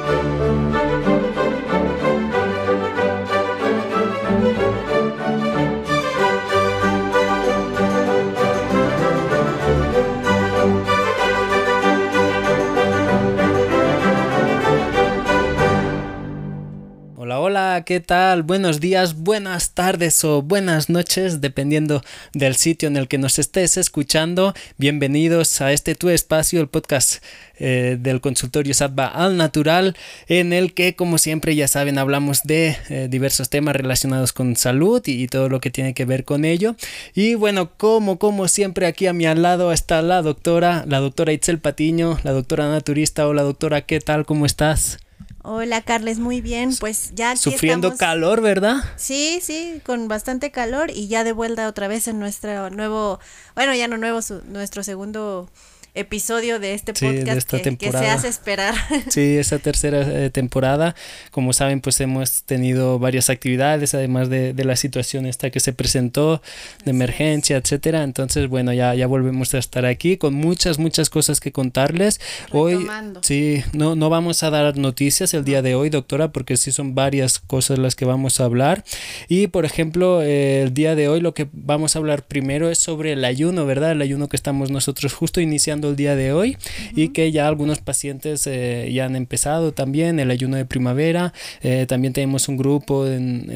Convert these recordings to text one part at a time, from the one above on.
Hola, ¿qué tal? Buenos días, buenas tardes o buenas noches, dependiendo del sitio en el que nos estés escuchando. Bienvenidos a este Tu Espacio, el podcast del consultorio Sattva al Natural, en el que, como siempre, ya saben, hablamos de diversos temas relacionados con salud y todo lo que tiene que ver con ello. Y bueno, como siempre, aquí a mi al lado está la doctora Itzel Patiño, la doctora naturista. Hola, doctora, ¿qué tal? ¿Cómo estás? Hola, Carles, muy bien, pues ya aquí sufriendo estamos. Calor, ¿verdad? Sí, con bastante calor y ya de vuelta otra vez en nuestro nuevo, bueno, ya no nuevo, nuestro segundo episodio de este podcast, de esta temporada. Que se hace esperar. Sí, esta tercera temporada. Como saben, pues hemos tenido varias actividades, además de la situación esta que se presentó, de emergencia, etcétera. Entonces, bueno, ya volvemos a estar aquí con muchas cosas que contarles. Retomando. Hoy, sí, no vamos a dar noticias el día de hoy, doctora, porque sí son varias cosas las que vamos a hablar. Y, por ejemplo, el día de hoy lo que vamos a hablar primero es sobre el ayuno, ¿verdad? El ayuno que estamos nosotros justo iniciando el día de hoy, y que ya algunos pacientes ya han empezado también el ayuno de primavera. También tenemos un grupo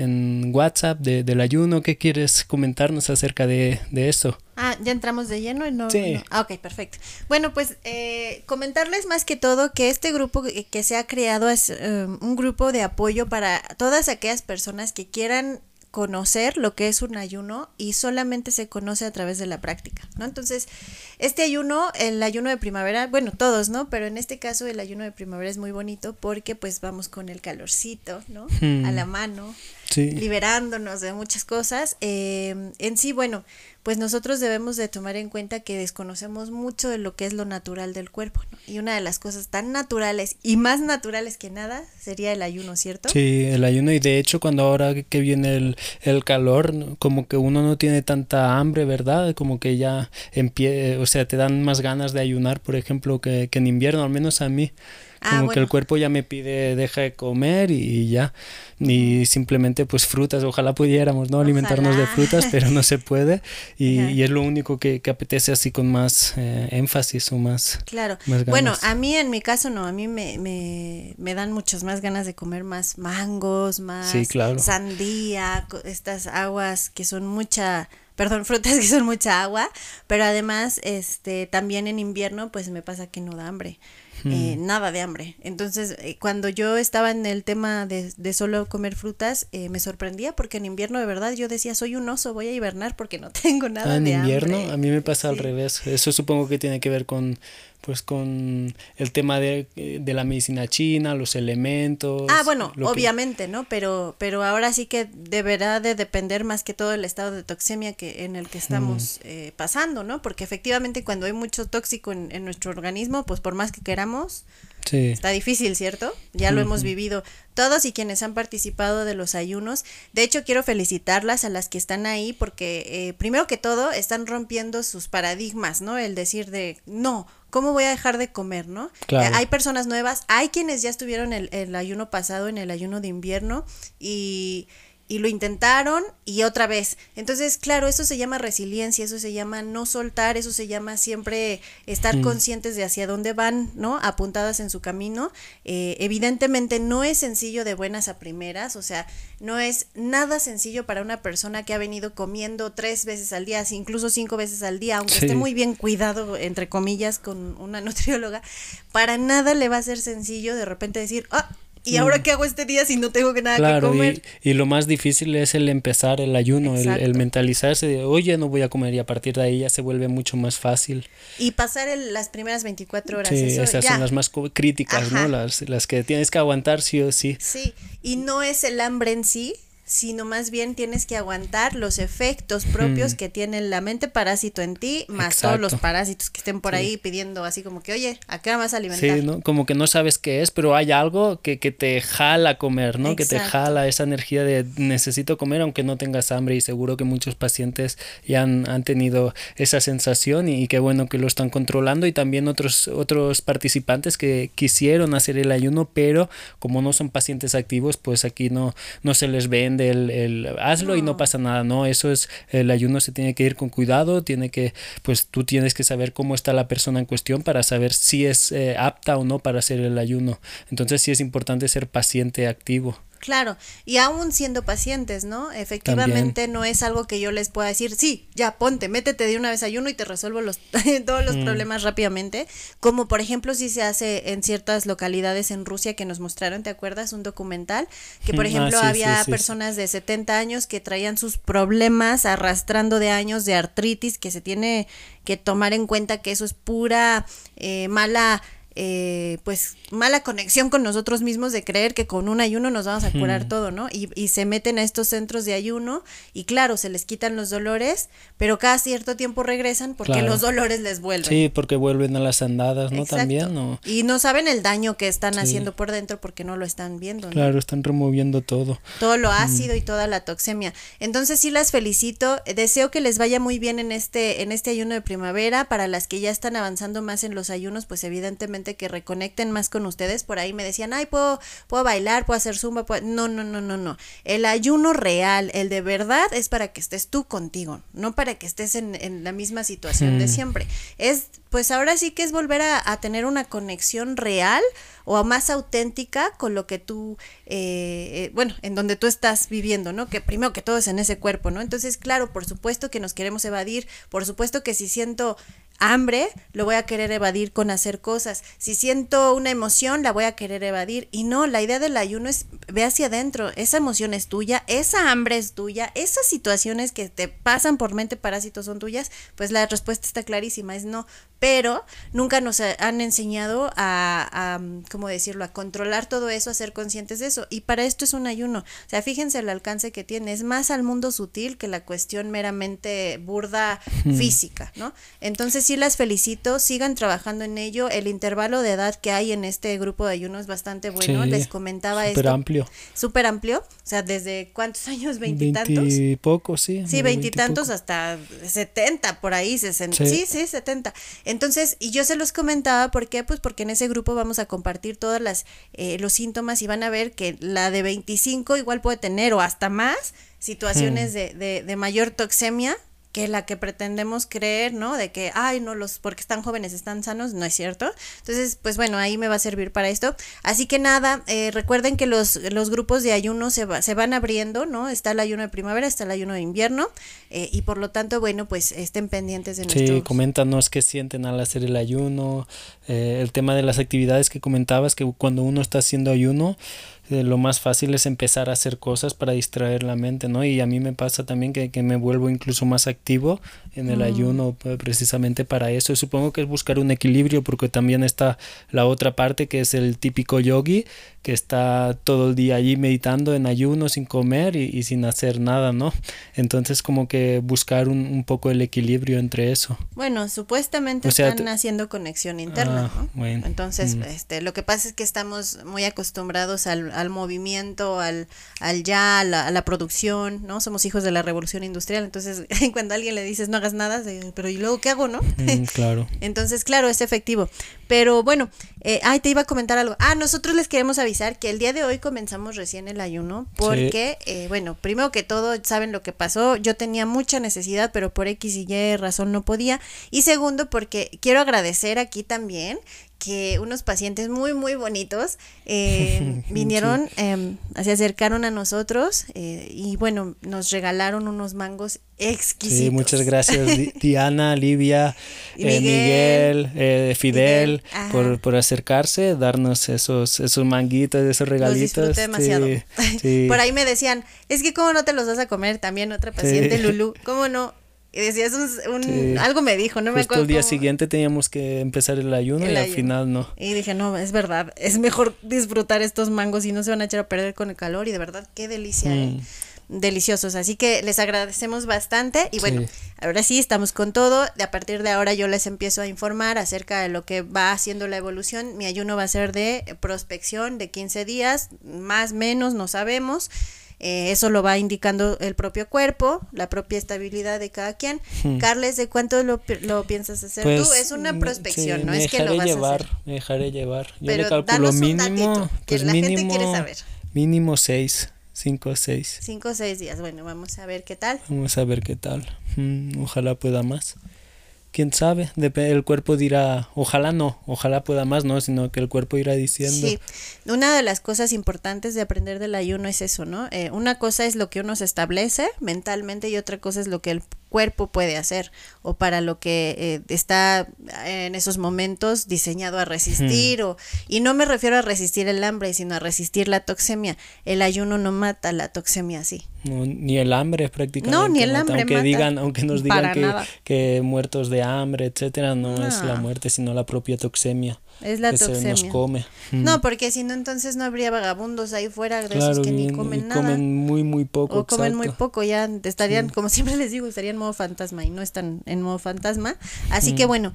en WhatsApp del ayuno. ¿Qué quieres comentarnos acerca de eso? Ya entramos de lleno y no. Sí. Ok, perfecto. Bueno, pues comentarles más que todo que este grupo que se ha creado es un grupo de apoyo para todas aquellas personas que quieran conocer lo que es un ayuno y solamente se conoce a través de la práctica, ¿no? Entonces, este ayuno, el ayuno de primavera, bueno, todos, ¿no? Pero en este caso el ayuno de primavera es muy bonito porque pues vamos con el calorcito, ¿no? A la mano, sí, liberándonos de muchas cosas. En sí, bueno, pues nosotros debemos de tomar en cuenta que desconocemos mucho de lo que es lo natural del cuerpo, ¿no? Y una de las cosas tan naturales y más naturales que nada sería el ayuno, ¿cierto? Sí, el ayuno, y de hecho cuando ahora que viene el calor, como que uno no tiene tanta hambre, ¿verdad? Como que ya o sea, te dan más ganas de ayunar, por ejemplo, que en invierno, al menos a mí. Como bueno, que el cuerpo ya me pide, deja de comer y ya, y simplemente pues frutas, ojalá pudiéramos, ¿no? Alimentarnos de frutas, pero no se puede, y es lo único que apetece así con más énfasis o más. Claro, más ganas. Bueno, a mí en mi caso no, a mí me dan muchas más ganas de comer más mangos, más sí, claro, sandía, estas aguas que son frutas que son mucha agua, pero además también en invierno pues me pasa que no da hambre. Nada de hambre. Entonces, cuando yo estaba en el tema de solo comer frutas, me sorprendía porque en invierno de verdad yo decía, soy un oso, voy a hibernar porque no tengo nada de hambre. En invierno a mí me pasa al revés. Eso supongo que tiene que ver con el tema de la medicina china, los elementos. Bueno, obviamente, ¿no? Pero ahora sí que deberá de depender más que todo el estado de toxemia en el que estamos pasando, ¿no? Porque efectivamente cuando hay mucho tóxico en nuestro organismo, pues por más que queramos, sí, está difícil, ¿cierto? Ya lo hemos vivido todos y quienes han participado de los ayunos. De hecho, quiero felicitarlas a las que están ahí porque primero que todo están rompiendo sus paradigmas, ¿no? El decir no, ¿cómo voy a dejar de comer, no? Claro. Hay personas nuevas, hay quienes ya estuvieron el ayuno pasado, en el ayuno de invierno, y lo intentaron y otra vez. Entonces, claro, eso se llama resiliencia, eso se llama no soltar, eso se llama siempre estar conscientes de hacia dónde van, ¿no? Apuntadas en su camino. Evidentemente no es sencillo de buenas a primeras, o sea, no es nada sencillo para una persona que ha venido comiendo 3 veces al día, incluso 5 veces al día, aunque esté muy bien cuidado, entre comillas, con una nutrióloga, para nada le va a ser sencillo de repente decir, ¿y ahora qué hago este día si no tengo nada que comer? Y lo más difícil es el empezar el ayuno, el mentalizarse de, oye, no voy a comer, y a partir de ahí ya se vuelve mucho más fácil. Y pasar las primeras 24 horas. Sí, esas son las más críticas, ¿no? Las que tienes que aguantar sí o sí. Sí, y no es el hambre en sí, sino más bien tienes que aguantar los efectos propios que tiene la mente parásito en ti, más Exacto. todos los parásitos que estén por ahí pidiendo así como que, oye, ¿a qué vas a alimentar? Sí, ¿no? Como que no sabes qué es, pero hay algo que te jala a comer, ¿no? Que te Exacto. jala esa energía de necesito comer aunque no tengas hambre, y seguro que muchos pacientes ya han tenido esa sensación, y qué bueno que lo están controlando, y también otros participantes que quisieron hacer el ayuno, pero como no son pacientes activos, pues aquí no se les vende el hazlo y no pasa nada, no, eso es, el ayuno se tiene que ir con cuidado, pues tú tienes que saber cómo está la persona en cuestión para saber si es apta o no para hacer el ayuno. Entonces sí es importante ser paciente activo. Claro, y aún siendo pacientes, ¿no? Efectivamente no es algo que yo les pueda decir, sí, ya ponte, métete de una vez ayuno y te resuelvo todos los problemas rápidamente, como por ejemplo si se hace en ciertas localidades en Rusia que nos mostraron, ¿te acuerdas? Un documental, que por ejemplo había personas de 70 años que traían sus problemas arrastrando de años de artritis, que se tiene que tomar en cuenta que eso es pura pues mala conexión con nosotros mismos de creer que con un ayuno nos vamos a curar todo, ¿no? Y se meten a estos centros de ayuno y claro, se les quitan los dolores, pero cada cierto tiempo regresan porque los dolores les vuelven. Sí, porque vuelven a las andadas, ¿no? Exacto. También, ¿no? Y no saben el daño que están haciendo por dentro porque no lo están viendo, ¿no? Claro, están removiendo todo. Todo lo ácido y toda la toxemia. Entonces sí las felicito, deseo que les vaya muy bien en este ayuno de primavera. Para las que ya están avanzando más en los ayunos, pues evidentemente que reconecten más con ustedes. Por ahí me decían, ay, puedo bailar, puedo hacer zumba, no. El ayuno real, el de verdad, es para que estés tú contigo, no para que estés en la misma situación de siempre. Pues ahora sí que es volver a tener una conexión real o más auténtica con lo que tú, en donde tú estás viviendo, ¿no? Que primero que todo es en ese cuerpo, ¿no? Entonces, claro, por supuesto que nos queremos evadir, por supuesto que si siento hambre, lo voy a querer evadir con hacer cosas. Si siento una emoción, la voy a querer evadir. Y no, la idea del ayuno es ve hacia adentro. Esa emoción es tuya, esa hambre es tuya, esas situaciones que te pasan por mente parásitos son tuyas. Pues la respuesta está clarísima, es no. Pero nunca nos han enseñado ¿cómo decirlo? A controlar todo eso, a ser conscientes de eso. Y para esto es un ayuno. O sea, fíjense el alcance que tiene. Es más al mundo sutil que la cuestión meramente burda física, ¿no? Entonces sí las felicito, sigan trabajando en ello. El intervalo de edad que hay en este grupo de ayuno es bastante bueno. Les comentaba esto. Súper amplio. O sea, ¿desde cuántos años? ¿Veintitantos? Veintipocos, sí. Sí, veintitantos hasta 70, por ahí, 60. Sí, 70. Entonces, y yo se los comentaba, ¿por qué? Pues porque en ese grupo vamos a compartir todas los síntomas y van a ver que la de 25 igual puede tener o hasta más situaciones de mayor toxemia que la que pretendemos creer, ¿no? De que, ay, no, porque están jóvenes están sanos, no es cierto. Entonces, pues bueno, ahí me va a servir para esto. Así que nada, recuerden que los grupos de ayuno se van abriendo, ¿no? Está el ayuno de primavera, está el ayuno de invierno, y por lo tanto, bueno, pues estén pendientes de nuestros... Sí, coméntanos qué sienten al hacer el ayuno, el tema de las actividades que comentabas, que cuando uno está haciendo ayuno, lo más fácil es empezar a hacer cosas para distraer la mente, ¿no? Y a mí me pasa también que me vuelvo incluso más activo en el ayuno, precisamente para eso. Supongo que es buscar un equilibrio, porque también está la otra parte que es el típico yogi, que está todo el día allí meditando en ayuno, sin comer y sin hacer nada, ¿no? Entonces como que buscar un poco el equilibrio entre eso. Bueno, supuestamente están haciendo conexión interna, ¿no? Bueno. Entonces, lo que pasa es que estamos muy acostumbrados al movimiento, a la producción, ¿no? Somos hijos de la revolución industrial, entonces cuando a alguien le dices no hagas nada, pero ¿y luego qué hago, no? Claro. Entonces, claro, es efectivo. Pero bueno, te iba a comentar algo. Nosotros les queremos avisar que el día de hoy comenzamos recién el ayuno porque, primero que todo, saben lo que pasó. Yo tenía mucha necesidad, pero por X y Y razón no podía. Y segundo, porque quiero agradecer aquí también que unos pacientes muy, muy bonitos vinieron, se acercaron a nosotros y bueno, nos regalaron unos mangos exquisitos. Sí, muchas gracias Diana, Livia, Miguel, Fidel, por acercarse, darnos esos manguitos, esos regalitos. Los disfruté demasiado. Sí. Por ahí me decían, es que cómo no te los vas a comer, también otra paciente, Lulú, ¿cómo no? Y decías algo me dijo, no me acuerdo. El día siguiente teníamos que empezar el ayuno y al final no. Y dije, no, es verdad, es mejor disfrutar estos mangos y no se van a echar a perder con el calor y de verdad, qué delicia, deliciosos. Así que les agradecemos bastante y bueno, Sí. ahora sí estamos con todo. A partir de ahora yo les empiezo a informar acerca de lo que va haciendo la evolución. Mi ayuno va a ser de prospección de 15 días, más menos no sabemos. Eso lo va indicando el propio cuerpo, la propia estabilidad de cada quien. Carles, ¿de cuánto lo piensas hacer Pues, tú? Es una prospección, sí, no es que lo vas a hacer. me dejaré llevar. Yo Pero le calculo danos un mínimo, datito, que pues la gente quiere mínimo, saber. mínimo 6, 5 o 6. 5 o 6 días, bueno, vamos a ver qué tal. Vamos a ver qué tal. Ojalá pueda más. Quién sabe, el cuerpo dirá, ojalá pueda más, no, sino que el cuerpo irá diciendo. Sí, una de las cosas importantes de aprender del ayuno es eso, ¿no? Una cosa es lo que uno se establece mentalmente y otra cosa es lo que el cuerpo puede hacer o para lo que está en esos momentos diseñado a resistir y no me refiero a resistir el hambre, sino a resistir la toxemia. El ayuno no mata la toxemia así. No, ni el hambre prácticamente. No, ni el mata. hambre Aunque nos Para digan nada. que muertos de hambre, etcétera, no es la muerte, sino la propia toxemia. Es la que toxemia. se nos come. No, porque si no, entonces no habría vagabundos ahí fuera de Claro, esos que ni y comen nada. comen muy poco. O comen muy exacto. poco, ya estarían, como siempre les digo, estarían en modo fantasma y no están en modo fantasma. Así que bueno,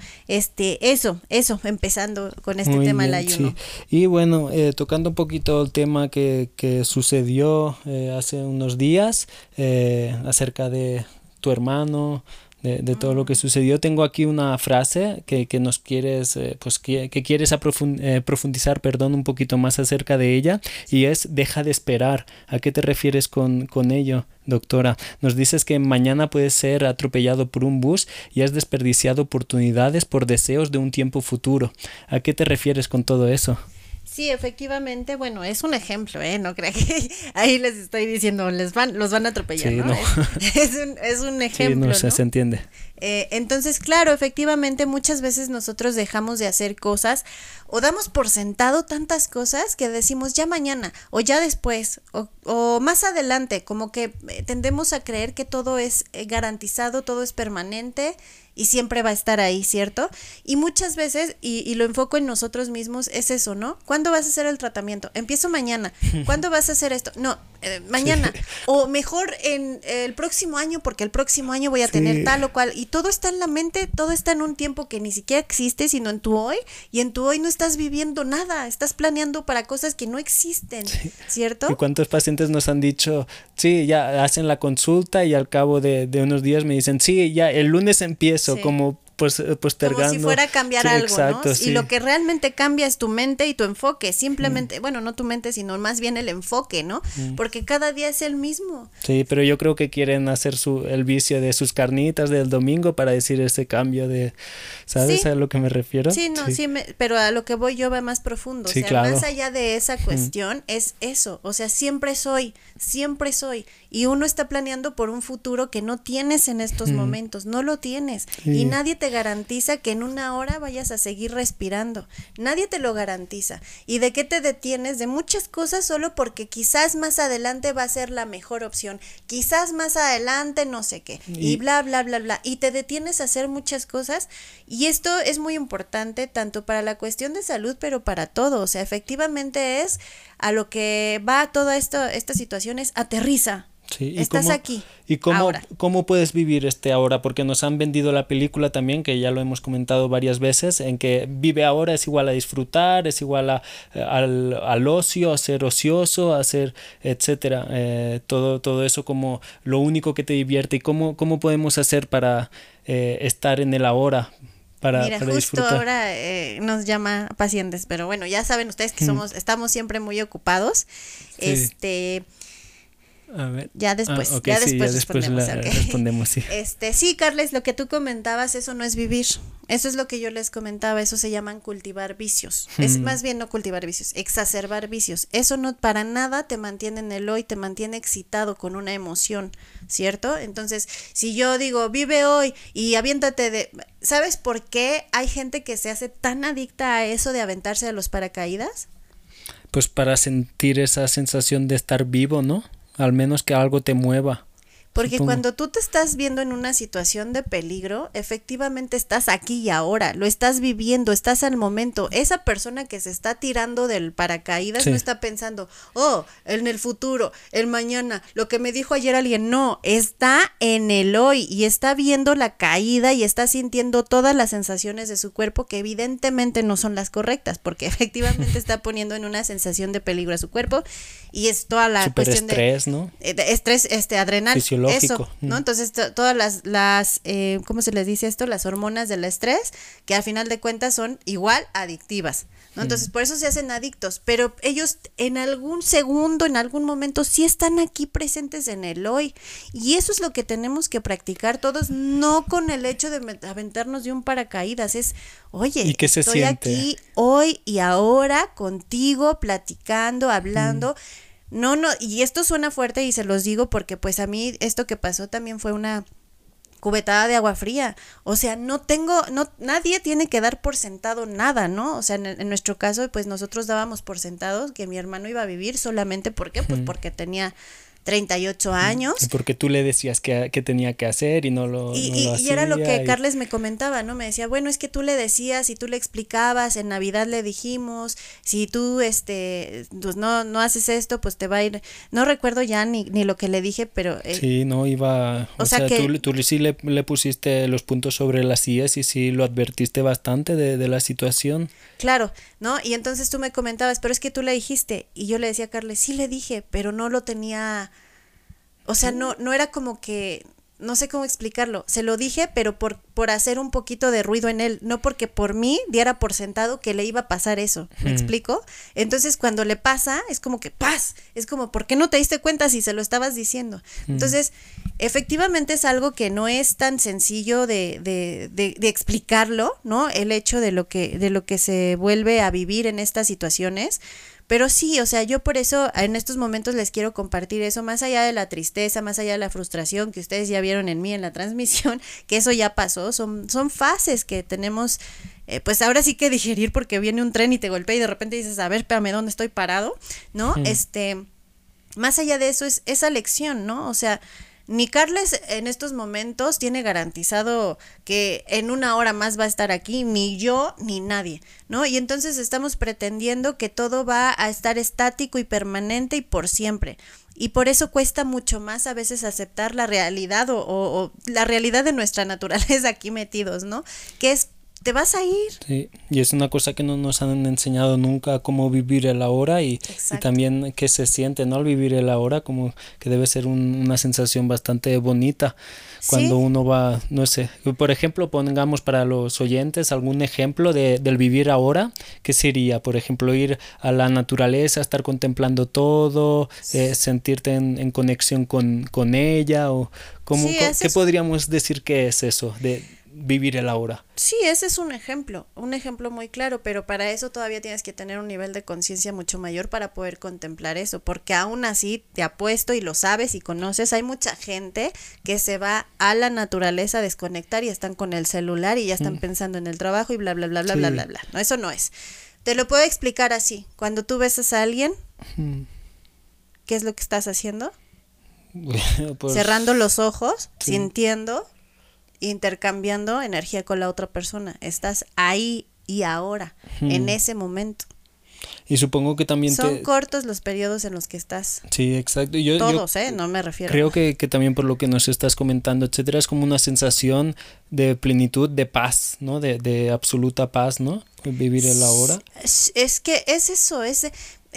eso, empezando con este Muy tema del bien, ayuno. sí. Y bueno, tocando un poquito el tema que sucedió hace unos días acerca de tu hermano, de todo lo que sucedió, tengo aquí una frase que nos quieres, que quieres profundizar, un poquito más acerca de ella, y es: deja de esperar. ¿A qué te refieres con ello, doctora? Nos dices que mañana puedes ser atropellado por un bus y has desperdiciado oportunidades por deseos de un tiempo futuro. ¿A qué te refieres con todo eso? Sí, efectivamente, bueno, es un ejemplo, no crean que ahí les estoy diciendo, los van a atropellar, Sí, ¿no? no. Es un ejemplo, Sí, no, ¿no? se entiende. Entonces, claro, efectivamente, muchas veces nosotros dejamos de hacer cosas o damos por sentado tantas cosas que decimos ya mañana o ya después o más adelante, como que tendemos a creer que todo es garantizado, todo es permanente y siempre va a estar ahí, ¿cierto? Y muchas veces, y lo enfoco en nosotros mismos, es eso, ¿no? ¿Cuándo vas a hacer el tratamiento? Empiezo mañana. ¿Cuándo vas a hacer esto? No, mañana. Sí. O mejor en el próximo año, porque el próximo año voy a tener tal o cual. Y todo está en la mente, todo está en un tiempo que ni siquiera existe, sino en tu hoy. Y en tu hoy no estás viviendo nada, estás planeando para cosas que no existen, ¿cierto? ¿Y cuántos pacientes nos han dicho, sí, ya hacen la consulta y al cabo de unos días me dicen, sí, ya el lunes empiezo, como postergando. Como si fuera a cambiar algo, exacto, ¿no? sí. Y lo que realmente cambia es tu mente y tu enfoque, simplemente, bueno, no tu mente, sino más bien el enfoque, ¿no? Porque cada día es el mismo. Sí, pero yo creo que quieren hacer el vicio de sus carnitas del domingo para decir ese cambio de, ¿sabes sí. a lo que me refiero? Sí, no, sí, pero a lo que voy yo va más profundo, sí, o sea, claro. Más allá de esa cuestión es eso, o sea, siempre soy, y uno está planeando por un futuro que no tienes en estos momentos, no lo tienes, y nadie te garantiza que en una hora vayas a seguir respirando, nadie te lo garantiza. ¿Y de qué te detienes? De muchas cosas solo porque quizás más adelante va a ser la mejor opción, quizás más adelante no sé qué, y bla, bla, bla, bla, y te detienes a hacer muchas cosas, y esto es muy importante tanto para la cuestión de salud, pero para todo, o sea, efectivamente es a lo que va toda esta situación, es aterriza. Sí, estás aquí. ¿Y cómo puedes vivir ahora? Porque nos han vendido la película también, que ya lo hemos comentado varias veces, en que vive ahora es igual a disfrutar, es igual al ocio, a ser ocioso, a ser etcétera. Todo eso como lo único que te divierte. ¿Y cómo podemos hacer para estar en el ahora? Mira, para justo disfrutar. ahora nos llama pacientes, pero bueno, ya saben ustedes que estamos siempre muy ocupados. Sí. A ver. Ya después, okay, ya después respondemos. Respondemos, sí. Sí, Carles, lo que tú comentabas, eso no es vivir. Eso es lo que yo les comentaba, eso se llaman cultivar vicios. Es más bien no cultivar vicios, exacerbar vicios. Eso no para nada te mantiene en el hoy, te mantiene excitado con una emoción, ¿cierto? Entonces, si yo digo, vive hoy y aviéntate de... ¿Sabes por qué hay gente que se hace tan adicta a eso de aventarse a los paracaídas? Pues para sentir esa sensación de estar vivo, ¿no? Al menos que algo te mueva. Porque supongo. cuando tú te estás viendo en una situación de peligro, efectivamente estás aquí y ahora, lo estás viviendo, estás al momento. Esa persona que se está tirando del paracaídas Sí. no está pensando, oh, en el futuro, el mañana, lo que me dijo ayer alguien. No, está en el hoy y está viendo la caída y está sintiendo todas las sensaciones de su cuerpo que evidentemente no son las correctas, porque efectivamente está poniendo en una sensación de peligro a su cuerpo y es toda la Súper cuestión estrés, ¿no? de estrés adrenal, Fisiológico. eso, ¿no? Entonces todas las ¿cómo se les dice esto? Las hormonas del estrés, que al final de cuentas son igual adictivas, ¿no? Entonces por eso se hacen adictos, pero ellos en algún segundo, en algún momento sí están aquí presentes en el hoy, y eso es lo que tenemos que practicar todos, no con el hecho de aventarnos de un paracaídas, es, oye, ¿Y qué se estoy siente? aquí hoy y ahora contigo, platicando, hablando. No, y esto suena fuerte y se los digo porque pues a mí esto que pasó también fue una cubetada de agua fría. O sea, nadie tiene que dar por sentado nada, ¿no? O sea, en nuestro caso, pues nosotros dábamos por sentados que mi hermano iba a vivir solamente, ¿por qué? Pues porque tenía 38 años. Y porque tú le decías que tenía que hacer y no lo Y hacía. era lo que Carles me comentaba, ¿no? Me decía, bueno, es que tú le decías y tú le explicabas, en Navidad le dijimos, si tú, pues no haces esto, pues te va a ir, no recuerdo ya ni lo que le dije, pero... sí, no iba, o sea que tú sí le pusiste los puntos sobre las sillas y sí lo advertiste bastante de la situación. Claro, ¿no? Y entonces tú me comentabas, pero es que tú le dijiste, y yo le decía a Carles, sí le dije, pero no lo tenía, o sea, no era como que, no sé cómo explicarlo, se lo dije, pero por hacer un poquito de ruido en él, no porque por mí diera por sentado que le iba a pasar eso, ¿me explico? Entonces cuando le pasa, es como que ¡paz! Es como, ¿por qué no te diste cuenta si se lo estabas diciendo? Entonces, efectivamente es algo que no es tan sencillo de explicarlo, ¿no? El hecho de lo que se vuelve a vivir en estas situaciones. Pero sí, o sea, yo por eso en estos momentos les quiero compartir eso, más allá de la tristeza, más allá de la frustración que ustedes ya vieron en mí en la transmisión, que eso ya pasó, son fases que tenemos, pues ahora sí que digerir, porque viene un tren y te golpea y de repente dices, a ver, espérame, ¿dónde estoy parado? ¿No? Más allá de eso es esa lección, ¿no? O sea, ni Carles en estos momentos tiene garantizado que en una hora más va a estar aquí, ni yo, ni nadie, ¿no? Y entonces estamos pretendiendo que todo va a estar estático y permanente y por siempre. Y por eso cuesta mucho más a veces aceptar la realidad o la realidad de nuestra naturaleza aquí metidos, ¿no? Que es, te vas a ir. Sí, y es una cosa que no nos han enseñado nunca, cómo vivir el ahora y también qué se siente, ¿no? Al vivir el ahora, como que debe ser una sensación bastante bonita cuando uno va, no sé, por ejemplo, pongamos para los oyentes algún ejemplo del vivir ahora, ¿qué sería? Por ejemplo, ir a la naturaleza, estar contemplando todo, sentirte en conexión con ella, o ¿qué podríamos decir que es eso de vivir el ahora? Sí, ese es un ejemplo muy claro, pero para eso todavía tienes que tener un nivel de conciencia mucho mayor para poder contemplar eso, porque aún así te apuesto y lo sabes y conoces, hay mucha gente que se va a la naturaleza a desconectar y están con el celular y ya están pensando en el trabajo y bla, bla, bla, bla, bla, bla, bla. No, eso no es. Te lo puedo explicar así, cuando tú besas a alguien, ¿qué es lo que estás haciendo? Pues, cerrando los ojos, sintiendo, intercambiando energía con la otra persona. Estás ahí y ahora, en ese momento. Y supongo que también son cortos los periodos en los que estás. Sí, exacto. Todos, no me refiero. Creo que también por lo que nos estás comentando, etcétera, es como una sensación de plenitud, de paz, ¿no? De absoluta paz, ¿no? Vivir el ahora. Es que es eso, es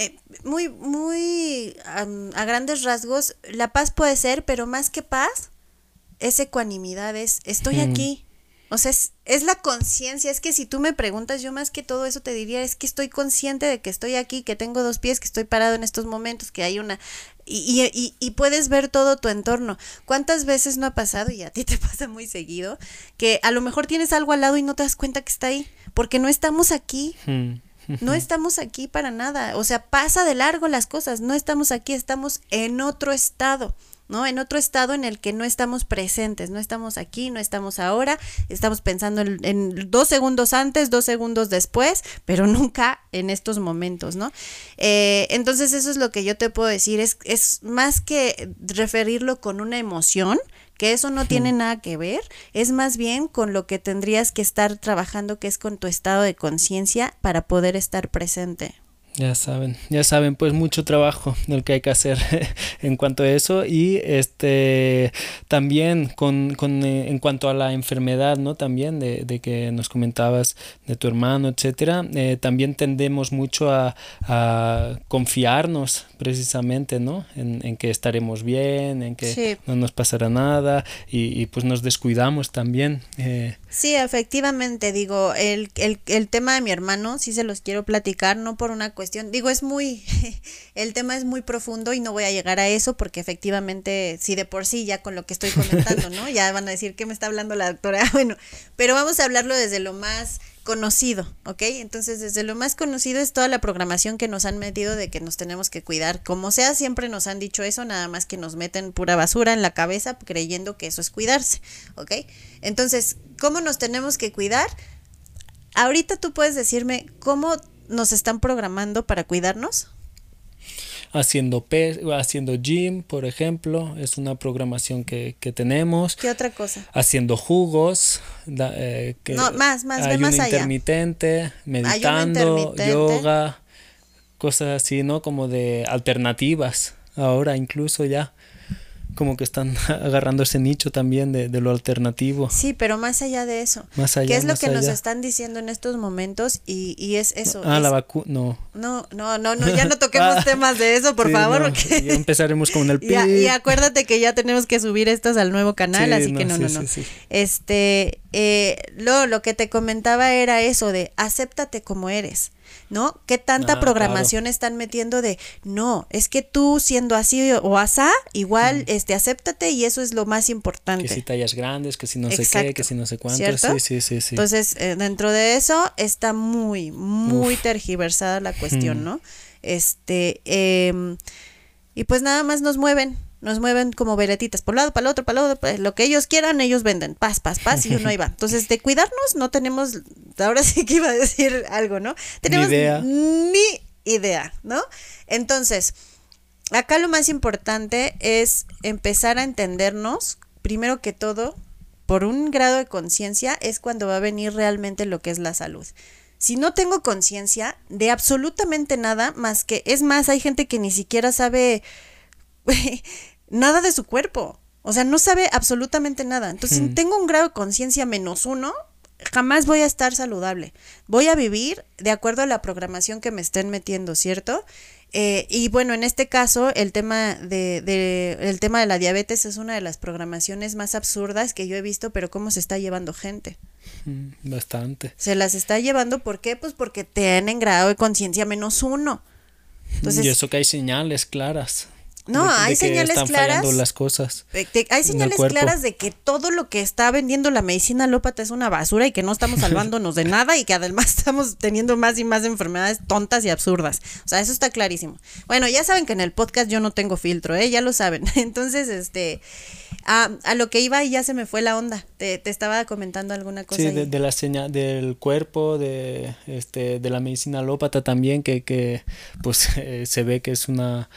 muy a grandes rasgos, la paz puede ser, pero más que paz, es ecuanimidad, estoy aquí. O sea, es la conciencia. Es que si tú me preguntas, yo más que todo eso te diría, es que estoy consciente de que estoy aquí, que tengo dos pies, que estoy parado en estos momentos, que hay una... Y puedes ver todo tu entorno. ¿Cuántas veces no ha pasado, y a ti te pasa muy seguido, que a lo mejor tienes algo al lado y no te das cuenta que está ahí? Porque no estamos aquí. No estamos aquí para nada. O sea, pasa de largo las cosas. No estamos aquí, estamos en otro estado. ¿no? En otro estado en el que no estamos presentes, no estamos aquí, no estamos ahora, estamos pensando en 2 segundos antes, 2 segundos después, pero nunca en estos momentos, ¿no? Entonces eso es lo que yo te puedo decir, es más que referirlo con una emoción, que eso no tiene nada que ver, es más bien con lo que tendrías que estar trabajando, que es con tu estado de conciencia para poder estar presente. Ya saben, pues mucho trabajo el que hay que hacer en cuanto a eso y también en cuanto a la enfermedad, ¿no? También de que nos comentabas de tu hermano, etcétera, también tendemos mucho a confiarnos precisamente, ¿no? En que estaremos bien, en que sí, no nos pasará nada y pues nos descuidamos también. Sí, efectivamente, digo, el tema de mi hermano sí se los quiero platicar, no por una cuestión, digo, el tema es muy profundo y no voy a llegar a eso porque efectivamente, sí de por sí ya con lo que estoy comentando, ¿no? Ya van a decir ¿qué me está hablando la doctora? Bueno, pero vamos a hablarlo desde lo más conocido, ¿ok? Entonces, desde lo más conocido es toda la programación que nos han metido de que nos tenemos que cuidar. Como sea, siempre nos han dicho eso, nada más que nos meten pura basura en la cabeza creyendo que eso es cuidarse, ¿ok? Entonces, ¿cómo nos tenemos que cuidar? Ahorita tú puedes decirme cómo nos están programando para cuidarnos. Haciendo gym, por ejemplo, es una programación que tenemos. ¿Qué otra cosa? Haciendo jugos, más ayuno allá. intermitente, meditando, yoga, cosas así, ¿no? Como de alternativas, ahora incluso ya. Como que están agarrando ese nicho también de lo alternativo. Sí, pero más allá de eso. Más allá, ¿qué es lo que nos están diciendo en estos momentos? Y es eso. La vacuna, no. No, ya no toquemos temas de eso, por favor. No, porque ya empezaremos con el PIB. Y acuérdate que ya tenemos que subir estos al nuevo canal, así que no. Sí. Lo que te comentaba era eso de acéptate como eres, ¿no? ¿Qué tanta programación están metiendo de no, es que tú siendo así o asá, igual acéptate y eso es lo más importante? Que si tallas grandes, que si no sé qué, que si no sé cuánto. ¿Cierto? Sí. Entonces, dentro de eso está muy tergiversada la cuestión, ¿no? Y pues nada más nos mueven como veletitas, por un lado, para el otro, pues, lo que ellos quieran, ellos venden, paz, y uno ahí va. Entonces, de cuidarnos no tenemos, ahora sí que iba a decir algo, ¿no? Tenemos ni idea, ¿no? Entonces, acá lo más importante es empezar a entendernos, primero que todo, por un grado de conciencia, es cuando va a venir realmente lo que es la salud. Si no tengo conciencia de absolutamente nada, más que, es más, hay gente que ni siquiera sabe nada de su cuerpo, o sea, no sabe absolutamente nada. Entonces, si tengo un grado de conciencia -1, jamás voy a estar saludable. Voy a vivir de acuerdo a la programación que me estén metiendo, ¿cierto? Y bueno, en este caso, el tema de la diabetes es una de las programaciones más absurdas que yo he visto, pero cómo se está llevando gente. Bastante. Se las está llevando, ¿por qué? Pues porque tienen grado de conciencia -1. Entonces, y eso que hay señales claras. No, hay señales están claras. Fallando las cosas. Hay señales claras de que todo lo que está vendiendo la medicina alópata es una basura y que no estamos salvándonos de nada y que además estamos teniendo más y más enfermedades tontas y absurdas. O sea, eso está clarísimo. Bueno, ya saben que en el podcast yo no tengo filtro, ya lo saben. Entonces, a lo que iba y ya se me fue la onda. Te estaba comentando alguna cosa. Sí, de la señal del cuerpo, de la medicina alópata también, que pues se ve que es una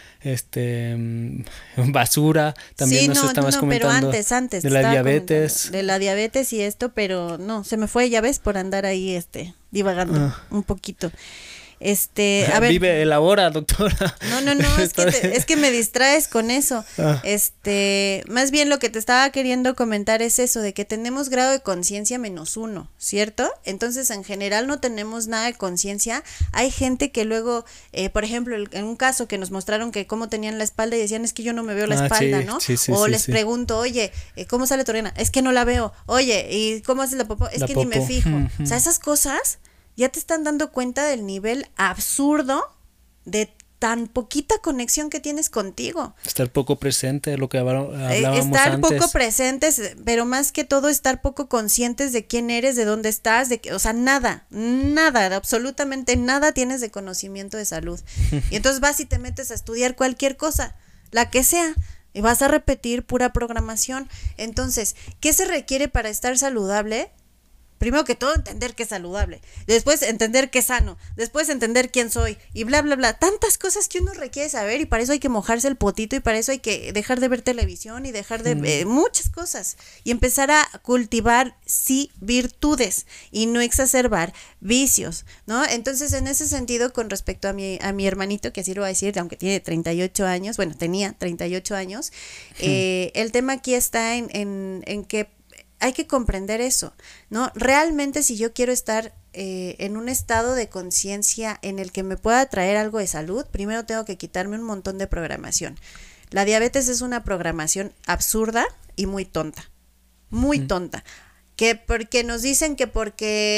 basura. También sí, nos estabas comentando pero antes de la diabetes. De la diabetes y esto, pero no, se me fue, ya ves, por andar ahí divagando un poquito. A ver. Vive el ahora, doctora. No, es que me distraes con eso. Más bien lo que te estaba queriendo comentar es eso, de que tenemos grado de conciencia -1, ¿cierto? Entonces, en general no tenemos nada de conciencia. Hay gente que luego, por ejemplo, en un caso que nos mostraron que cómo tenían la espalda y decían, es que yo no me veo la espalda, ¿no? O les pregunto, oye, ¿cómo sale tu orina? Es que no la veo. Oye, ¿y cómo haces la popó? Es que ni me fijo. O sea, esas cosas ya te están dando cuenta del nivel absurdo de tan poquita conexión que tienes contigo. Estar poco presente, lo que hablábamos estar antes. Poco presentes, pero más que todo estar poco conscientes de quién eres, de dónde estás, o sea, nada, absolutamente nada tienes de conocimiento de salud. Y entonces vas y te metes a estudiar cualquier cosa, la que sea. y vas a repetir pura programación. Entonces, ¿qué se requiere para estar saludable? Primero que todo, entender qué es saludable, después entender qué es sano, después entender quién soy y bla, bla, bla. Tantas cosas que uno requiere saber y para eso hay que mojarse el potito y para eso hay que dejar de ver televisión y dejar de muchas cosas y empezar a cultivar, sí, virtudes y no exacerbar vicios, ¿no? Entonces, en ese sentido, con respecto a mi hermanito, que así lo voy a decir, aunque tiene 38 años, bueno, tenía 38 años, el tema aquí está en que hay que comprender eso, ¿no? Realmente si yo quiero estar en un estado de conciencia en el que me pueda traer algo de salud, primero tengo que quitarme un montón de programación. La diabetes es una programación absurda y muy tonta, muy tonta. Que porque nos dicen que ¿por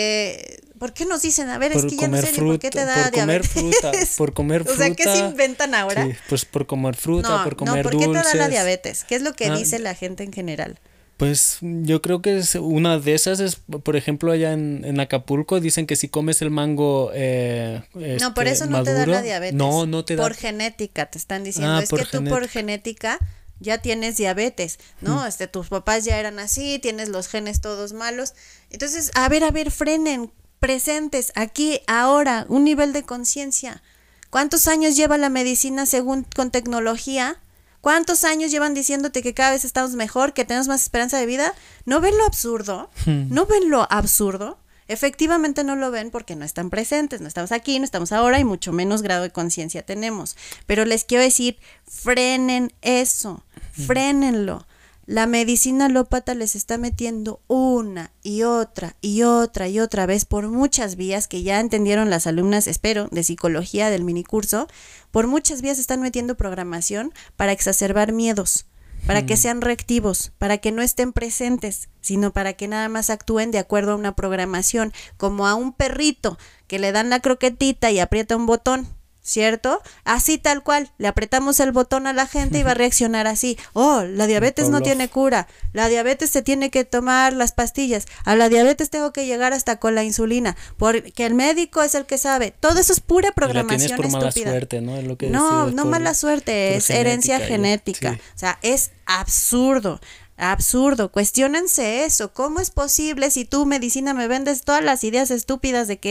qué nos dicen? A ver, es que ya no sé ni por qué te da diabetes. Por comer fruta. O sea, ¿qué se inventan ahora? Sí, pues por comer fruta, por comer ¿por dulces. qué te da la diabetes? ¿Qué es lo que dice la gente en general? Pues yo creo que es una de esas es, por ejemplo, allá en Acapulco dicen que si comes el mango no, por eso no maduro, te da la diabetes. No te da. Por genética te están diciendo. Es que tú por genética ya tienes diabetes, ¿no? Tus papás ya eran así, tienes los genes todos malos. Entonces, a ver, frenen, presentes, aquí, ahora, un nivel de conciencia. ¿Cuántos años lleva la medicina según con tecnología? ¿Cuántos años llevan diciéndote que cada vez estamos mejor, que tenemos más esperanza de vida? ¿No ven lo absurdo? ¿No ven lo absurdo? Efectivamente no lo ven porque no están presentes, no estamos aquí, no estamos ahora y mucho menos grado de conciencia tenemos. Pero les quiero decir, frenen eso, frénenlo. La medicina alópata les está metiendo una y otra y otra y otra vez por muchas vías que ya entendieron las alumnas, espero, de psicología del minicurso. Por muchas vías están metiendo programación para exacerbar miedos, para que sean reactivos, para que no estén presentes, sino para que nada más actúen de acuerdo a una programación, como a un perrito que le dan la croquetita y aprieta un botón, ¿cierto? Así tal cual, le apretamos el botón a la gente y va a reaccionar así. Oh, la diabetes no tiene cura, la diabetes se tiene que tomar las pastillas, a la diabetes tengo que llegar hasta con la insulina, porque el médico es el que sabe. Todo eso es pura programación por estúpida. Mala suerte, ¿no? Es lo que no mala suerte, es herencia genética. Sí. O sea, es absurdo. Cuestiónense eso. ¿Cómo es posible si tú, medicina, me vendes todas las ideas estúpidas de que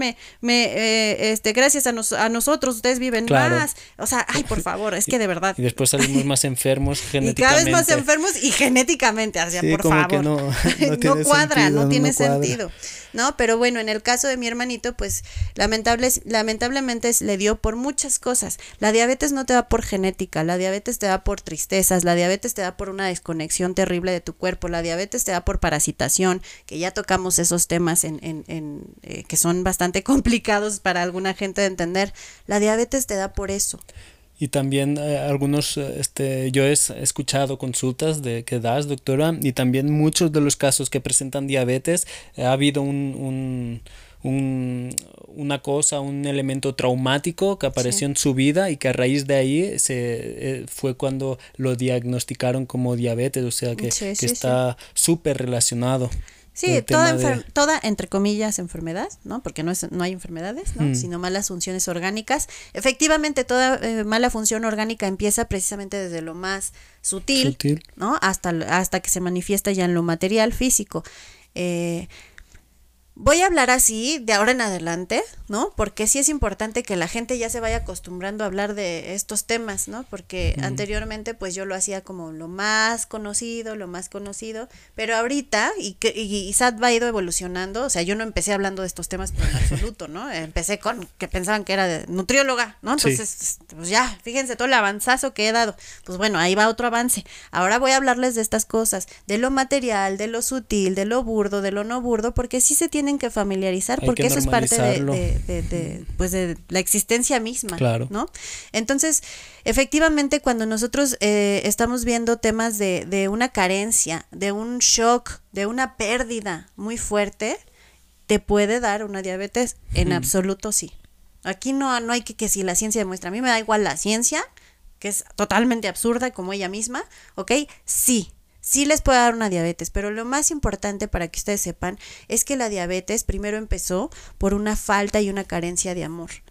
gracias a nosotros ustedes viven más? O sea, ay, por favor, es que de verdad. Y después salimos más enfermos genéticamente. Y cada vez más enfermos y genéticamente, o sea, sí, por favor. Que no cuadra, no tiene sentido. No, pero bueno, en el caso de mi hermanito, pues lamentablemente le dio por muchas cosas. La diabetes no te da por genética, la diabetes te da por tristezas, la diabetes te da por una desconexión terrible de tu cuerpo, la diabetes te da por parasitación, que ya tocamos esos temas que son bastante complicados para alguna gente de entender. La diabetes te da por eso. Y también algunos, yo he escuchado consultas que das, doctora, y también muchos de los casos que presentan diabetes, ha habido un elemento traumático que apareció en su vida y que a raíz de ahí fue cuando lo diagnosticaron como diabetes, o sea que está súper relacionado. Sí, toda entre comillas enfermedad, ¿no? Porque no hay enfermedades, ¿no? Sino malas funciones orgánicas. Efectivamente, toda mala función orgánica empieza precisamente desde lo más sutil. ¿No? Hasta que se manifiesta ya en lo material, físico. Voy a hablar así de ahora en adelante, ¿no? Porque sí es importante que la gente ya se vaya acostumbrando a hablar de estos temas, ¿no? Porque anteriormente pues yo lo hacía como lo más conocido, pero ahorita, y SAT va ido evolucionando, o sea, yo no empecé hablando de estos temas en absoluto, ¿no? Empecé con que pensaban que era de nutrióloga, ¿no? Entonces, pues ya, fíjense todo el avanzazo que he dado. Pues bueno, ahí va otro avance. Ahora voy a hablarles de estas cosas, de lo material, de lo sutil, de lo burdo, de lo no burdo, porque sí se tienen que familiarizar, porque eso es parte de la existencia misma, claro. ¿no? Entonces, efectivamente, cuando nosotros estamos viendo temas de una carencia, de un shock, de una pérdida muy fuerte, te puede dar una diabetes, en absoluto sí. Aquí no hay que si la ciencia demuestra, a mí me da igual la ciencia, que es totalmente absurda como ella misma, ¿ok? Sí les puede dar una diabetes, pero lo más importante para que ustedes sepan es que la diabetes primero empezó por una falta y una carencia de amor.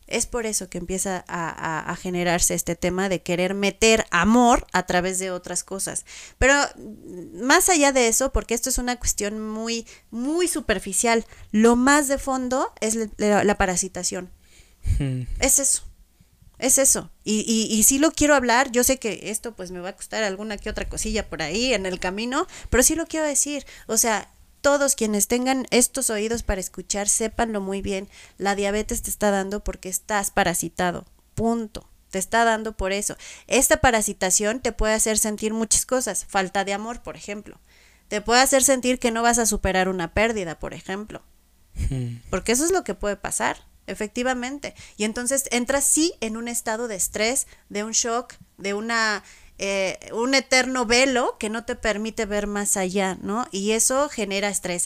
Es por eso que empieza a generarse este tema de querer meter amor a través de otras cosas. Pero más allá de eso, porque esto es una cuestión muy, muy superficial, lo más de fondo es la parasitación. Es eso. Es eso. Y sí lo quiero hablar. Yo sé que esto pues me va a costar alguna que otra cosilla por ahí en el camino, pero sí lo quiero decir. O sea, todos quienes tengan estos oídos para escuchar, sépanlo muy bien. La diabetes te está dando porque estás parasitado. Punto. Te está dando por eso. Esta parasitación te puede hacer sentir muchas cosas. Falta de amor, por ejemplo. Te puede hacer sentir que no vas a superar una pérdida, por ejemplo. Porque eso es lo que puede pasar. Efectivamente. Y entonces entras sí en un estado de estrés, de un shock, de un eterno velo que no te permite ver más allá, ¿no? Y eso genera estrés,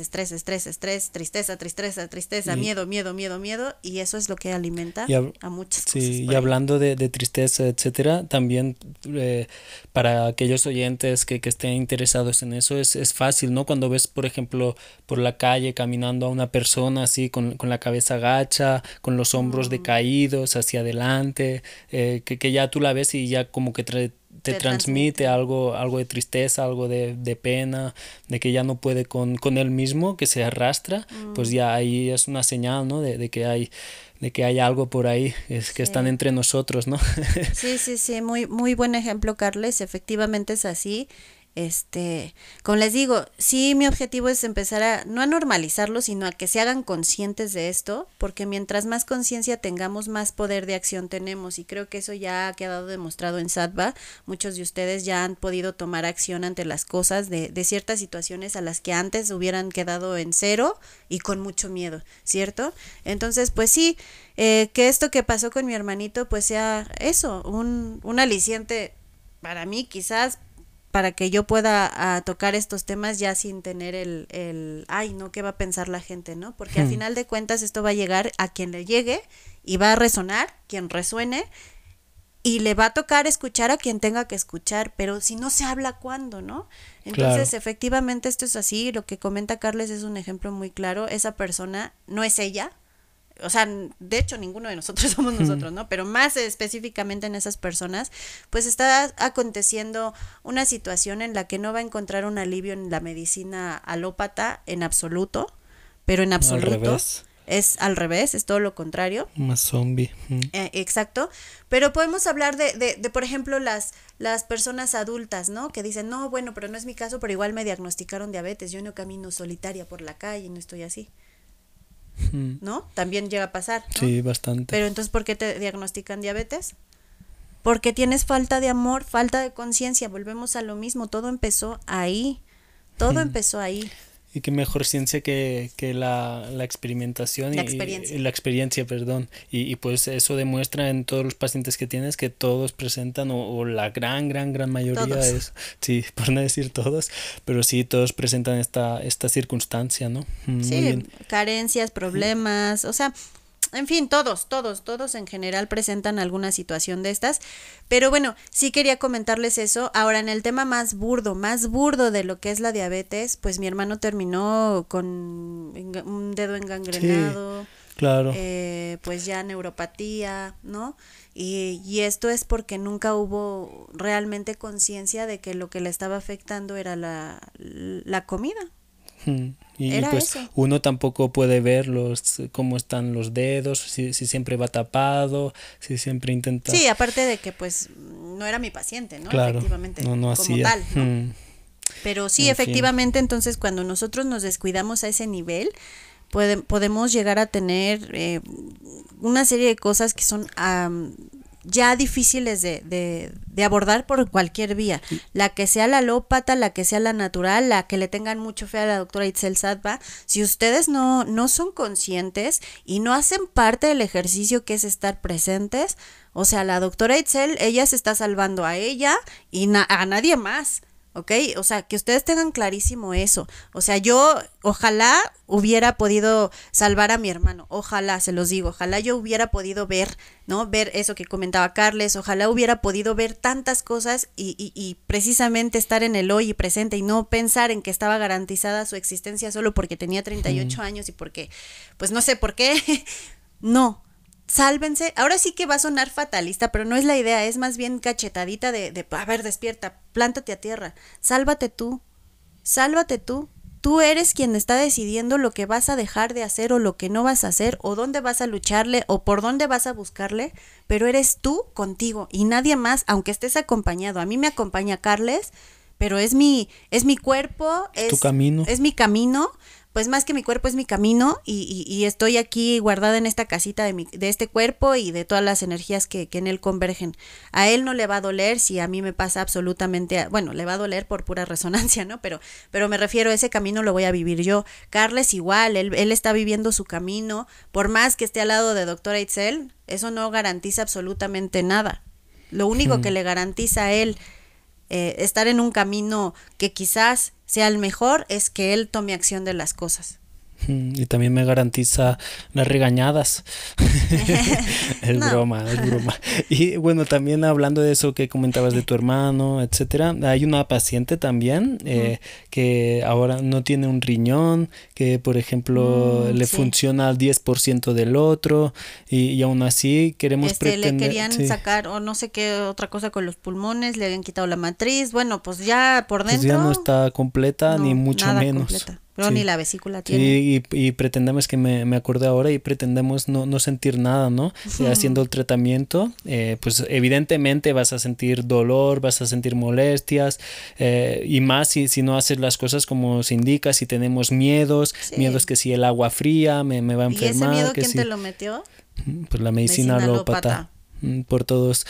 tristeza, miedo, y eso es lo que alimenta a muchas cosas. Sí, y hablando de tristeza, etcétera, también para aquellos oyentes que estén interesados en eso, es fácil, ¿no? Cuando ves, por ejemplo, por la calle caminando a una persona así con la cabeza gacha, con los hombros decaídos hacia adelante, que ya tú la ves y ya como que te transmite algo de tristeza, algo de pena, de que ya no puede con él mismo, que se arrastra, pues ya ahí es una señal, ¿no? De que hay algo por ahí, que están entre nosotros, ¿no? Sí, muy, muy buen ejemplo, Carles, efectivamente es así. Como les digo, sí, mi objetivo es empezar no a normalizarlo, sino a que se hagan conscientes de esto, porque mientras más conciencia tengamos, más poder de acción tenemos, y creo que eso ya ha quedado demostrado en Sattva. Muchos de ustedes ya han podido tomar acción ante las cosas de ciertas situaciones a las que antes hubieran quedado en cero y con mucho miedo, ¿cierto? Entonces, pues sí, que esto que pasó con mi hermanito, pues sea eso, un aliciente para mí, quizás, para que yo pueda tocar estos temas ya sin tener ay, no, ¿qué va a pensar la gente, no? Porque al final de cuentas esto va a llegar a quien le llegue y va a resonar, quien resuene, y le va a tocar escuchar a quien tenga que escuchar, pero si no se habla, ¿cuándo, no? Entonces, efectivamente, esto es así. Lo que comenta Carles es un ejemplo muy claro. Esa persona no es ella. O sea, de hecho ninguno de nosotros somos nosotros, ¿no? Pero más específicamente en esas personas, pues está aconteciendo una situación en la que no va a encontrar un alivio en la medicina alópata en absoluto, pero en absoluto. Es al revés, es todo lo contrario. Más zombie. Exacto. Pero podemos hablar de por ejemplo, las personas adultas, ¿no? Que dicen, no, bueno, pero no es mi caso, pero igual me diagnosticaron diabetes. Yo no camino solitaria por la calle, no estoy así. ¿No? También llega a pasar, ¿no? Sí, bastante. Pero entonces, ¿por qué te diagnostican diabetes? Porque tienes falta de amor, falta de conciencia. Volvemos a lo mismo, todo empezó ahí. Todo empezó ahí. Y qué mejor ciencia que la experimentación la experiencia. La experiencia, perdón. Y pues eso demuestra en todos los pacientes que tienes que todos presentan, o la gran mayoría todos. Sí, por no decir todos, pero sí, todos presentan esta circunstancia, ¿no? Sí, carencias, problemas, o sea, en fin, todos en general presentan alguna situación de estas, pero bueno, sí quería comentarles eso. Ahora, en el tema más burdo de lo que es la diabetes, pues mi hermano terminó con un dedo engangrenado, sí, claro. Pues ya neuropatía, ¿no? Y esto es porque nunca hubo realmente conciencia de que lo que le estaba afectando era la comida. Y era pues eso. Uno tampoco puede ver cómo están los dedos, si siempre va tapado, si siempre intenta. Sí, aparte de que pues no era mi paciente, ¿no? Claro, efectivamente, no como hacía. tal, ¿no? Pero sí, efectivamente, entonces cuando nosotros nos descuidamos a ese nivel, podemos llegar a tener una serie de cosas que son ya difíciles de abordar por cualquier vía, la que sea la alópata, la que sea la natural, la que le tengan mucho fe a la doctora Itzel Sattva. Si ustedes no son conscientes y no hacen parte del ejercicio que es estar presentes, o sea, la doctora Itzel, ella se está salvando a ella y a nadie más. ¿Ok? O sea, que ustedes tengan clarísimo eso. O sea, yo ojalá hubiera podido salvar a mi hermano. Ojalá, se los digo. Ojalá yo hubiera podido ver, ¿no? Ver eso que comentaba Carles. Ojalá hubiera podido ver tantas cosas y precisamente estar en el hoy y presente y no pensar en que estaba garantizada su existencia solo porque tenía 38 años y porque, pues no sé por qué. No. sálvense. Ahora sí que va a sonar fatalista, pero no es la idea, es más bien cachetadita de a ver, despierta, plántate a tierra, sálvate tú. Tú eres quien está decidiendo lo que vas a dejar de hacer o lo que no vas a hacer o dónde vas a lucharle o por dónde vas a buscarle, pero eres tú contigo y nadie más, aunque estés acompañado. A mí me acompaña Carles, pero es mi cuerpo, tu camino. Es mi camino. Pues más que mi cuerpo es mi camino y estoy aquí guardada en esta casita de este cuerpo y de todas las energías que en él convergen. A él no le va a doler si a mí me pasa absolutamente, bueno, le va a doler por pura resonancia, ¿no? Pero me refiero, ese camino lo voy a vivir yo. Carles igual, él está viviendo su camino, por más que esté al lado de doctora Itzel, eso no garantiza absolutamente nada. Lo único que le garantiza a él estar en un camino que quizás sea el mejor es que él tome acción de las cosas. Y también me garantiza las regañadas. Es broma. Y bueno, también hablando de eso que comentabas de tu hermano, etcétera, hay una paciente también que ahora no tiene un riñón, que por ejemplo le funciona al 10% del otro y aún así queremos pretender... Le querían sacar o no sé qué otra cosa con los pulmones, le habían quitado la matriz, bueno, pues ya por dentro... Pues ya no está completa, ni mucho nada menos. Completa. Pero ni la vesícula tiene. Y pretendemos, que me acordé ahora, y pretendemos no sentir nada, ¿no? Haciendo el tratamiento, pues evidentemente vas a sentir dolor, vas a sentir molestias, y más si no haces las cosas como se indica, si tenemos miedos que si el agua fría me va a enfermar. ¿Y ese miedo que quién si... te lo metió? Pues la medicina alópata. Por todas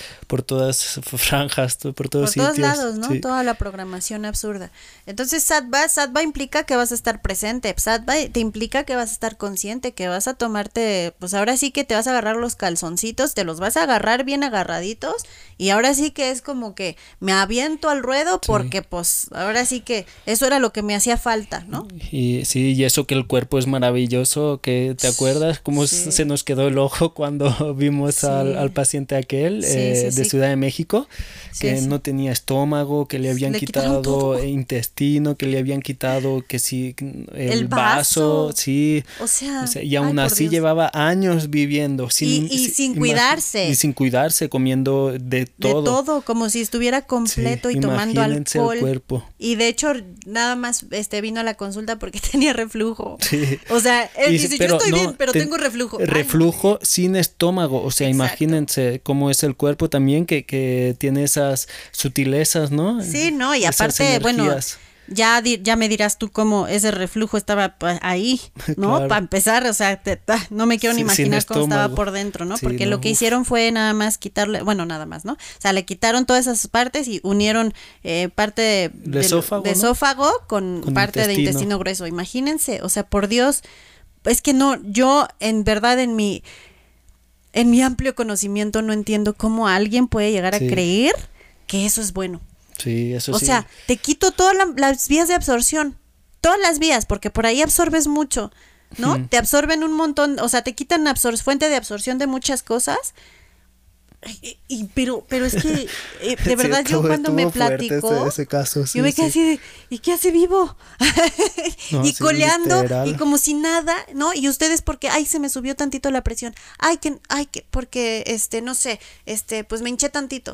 franjas, por todos sitios. Por todos lados, ¿no? Sí. Toda la programación absurda. Entonces Sattva implica que vas a estar presente, Sattva te implica que vas a estar consciente, que vas a tomarte, pues ahora sí que te vas a agarrar los calzoncitos, te los vas a agarrar bien agarraditos y ahora sí que es como que me aviento al ruedo porque pues ahora sí que eso era lo que me hacía falta, ¿no? Y sí, y eso que el cuerpo es maravilloso, que ¿te acuerdas cómo se nos quedó el ojo cuando vimos al paciente aquel de Ciudad de México, que no tenía estómago, que le habían quitado intestino, que le habían quitado que sí el vaso, sí, o sea, y aún así llevaba años viviendo sin cuidarse. Y sin cuidarse, comiendo de todo, como si estuviera completo y tomando alcohol. El cuerpo. Y de hecho nada más vino a la consulta porque tenía reflujo. Sí. O sea, él dice, yo estoy bien, pero tengo reflujo. Reflujo sin estómago, o sea, imagínense cómo es el cuerpo también que tiene esas sutilezas, ¿no? Sí, no, y aparte, bueno, ya me dirás tú cómo ese reflujo estaba ahí, ¿no? Claro. Para empezar, o sea, no me quiero ni imaginar cómo estaba por dentro, ¿no? Porque lo que hicieron fue nada más quitarle, bueno, nada más, ¿no? O sea, le quitaron todas esas partes y unieron parte de esófago con parte de intestino grueso. Imagínense, o sea, por Dios, es que no, yo en verdad en mi amplio conocimiento no entiendo cómo alguien puede llegar a creer que eso es bueno. Sí, eso sí. O sea, te quito todas las vías de absorción, todas las vías, porque por ahí absorbes mucho, ¿no? Te absorben un montón, o sea, te quitan fuente de absorción de muchas cosas. Pero es que de verdad yo cuando me platicó ese caso, yo me quedé así de, ¿y qué hace vivo? Y coleando literal. Y como si nada, ¿no? Y ustedes porque se me subió tantito la presión, que porque no sé, pues me hinché tantito.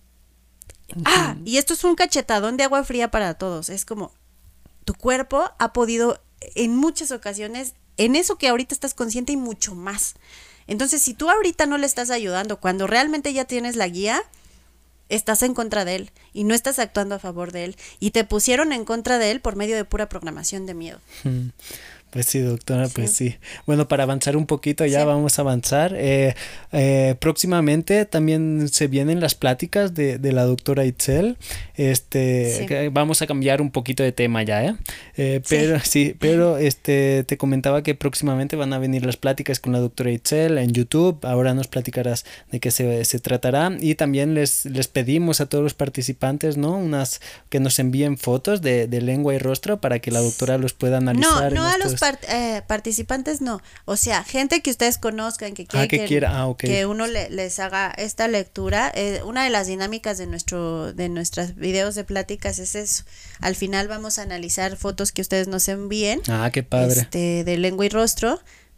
Y esto es un cachetadón de agua fría para todos. Es como tu cuerpo ha podido en muchas ocasiones en eso que ahorita estás consciente y mucho más. Entonces, si tú ahorita no le estás ayudando, cuando realmente ya tienes la guía, estás en contra de él y no estás actuando a favor de él. Y te pusieron en contra de él por medio de pura programación de miedo. Pues sí, doctora, pues sí. Bueno, para avanzar un poquito ya vamos a avanzar. Próximamente también se vienen las pláticas de la doctora Itzel. Vamos a cambiar un poquito de tema ya, pero te comentaba que próximamente van a venir las pláticas con la doctora Itzel en YouTube. Ahora nos platicarás de qué se tratará y también les pedimos a todos los participantes, ¿no? Que nos envíen fotos de lengua y rostro para que la doctora los pueda analizar. No a los participantes no, o sea, gente que ustedes conozcan que que uno les haga esta lectura. Una de las dinámicas de nuestros videos de pláticas es eso. Al final vamos a analizar fotos que ustedes nos envíen. Qué padre. De lengua y rostro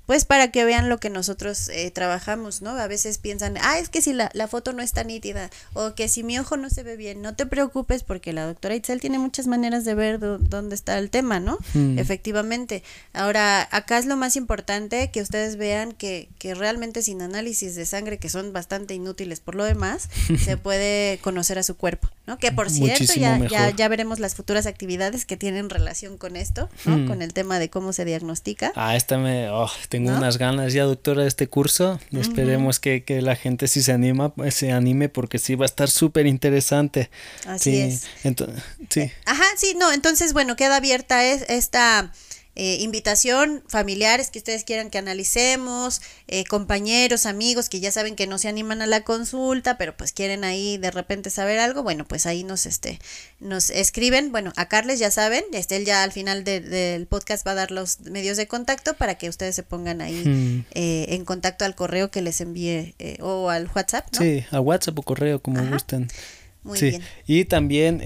pues para que vean lo que nosotros trabajamos, ¿no? A veces piensan, es que si la foto no está nítida, o que si mi ojo no se ve bien, no te preocupes porque la doctora Itzel tiene muchas maneras de ver dónde está el tema, ¿no? Efectivamente. Ahora, acá es lo más importante que ustedes vean que realmente sin análisis de sangre, que son bastante inútiles por lo demás, se puede conocer a su cuerpo, ¿no? Que por cierto, ya veremos las futuras actividades que tienen relación con esto, ¿no? Con el tema de cómo se diagnostica. Tengo unas ganas ya, doctora, de este curso. Esperemos que la gente sí se anime porque sí va a estar súper interesante. Así es. Sí. Entonces, bueno, queda abierta esta invitación, familiares que ustedes quieran que analicemos, compañeros, amigos que ya saben que no se animan a la consulta, pero pues quieren ahí de repente saber algo, bueno, pues ahí nos escriben. Bueno, a Carles ya saben, él ya al final del podcast va a dar los medios de contacto para que ustedes se pongan ahí en contacto al correo que les envíe o al WhatsApp, ¿no? Sí, a WhatsApp o correo, como gusten. Muy bien. Y también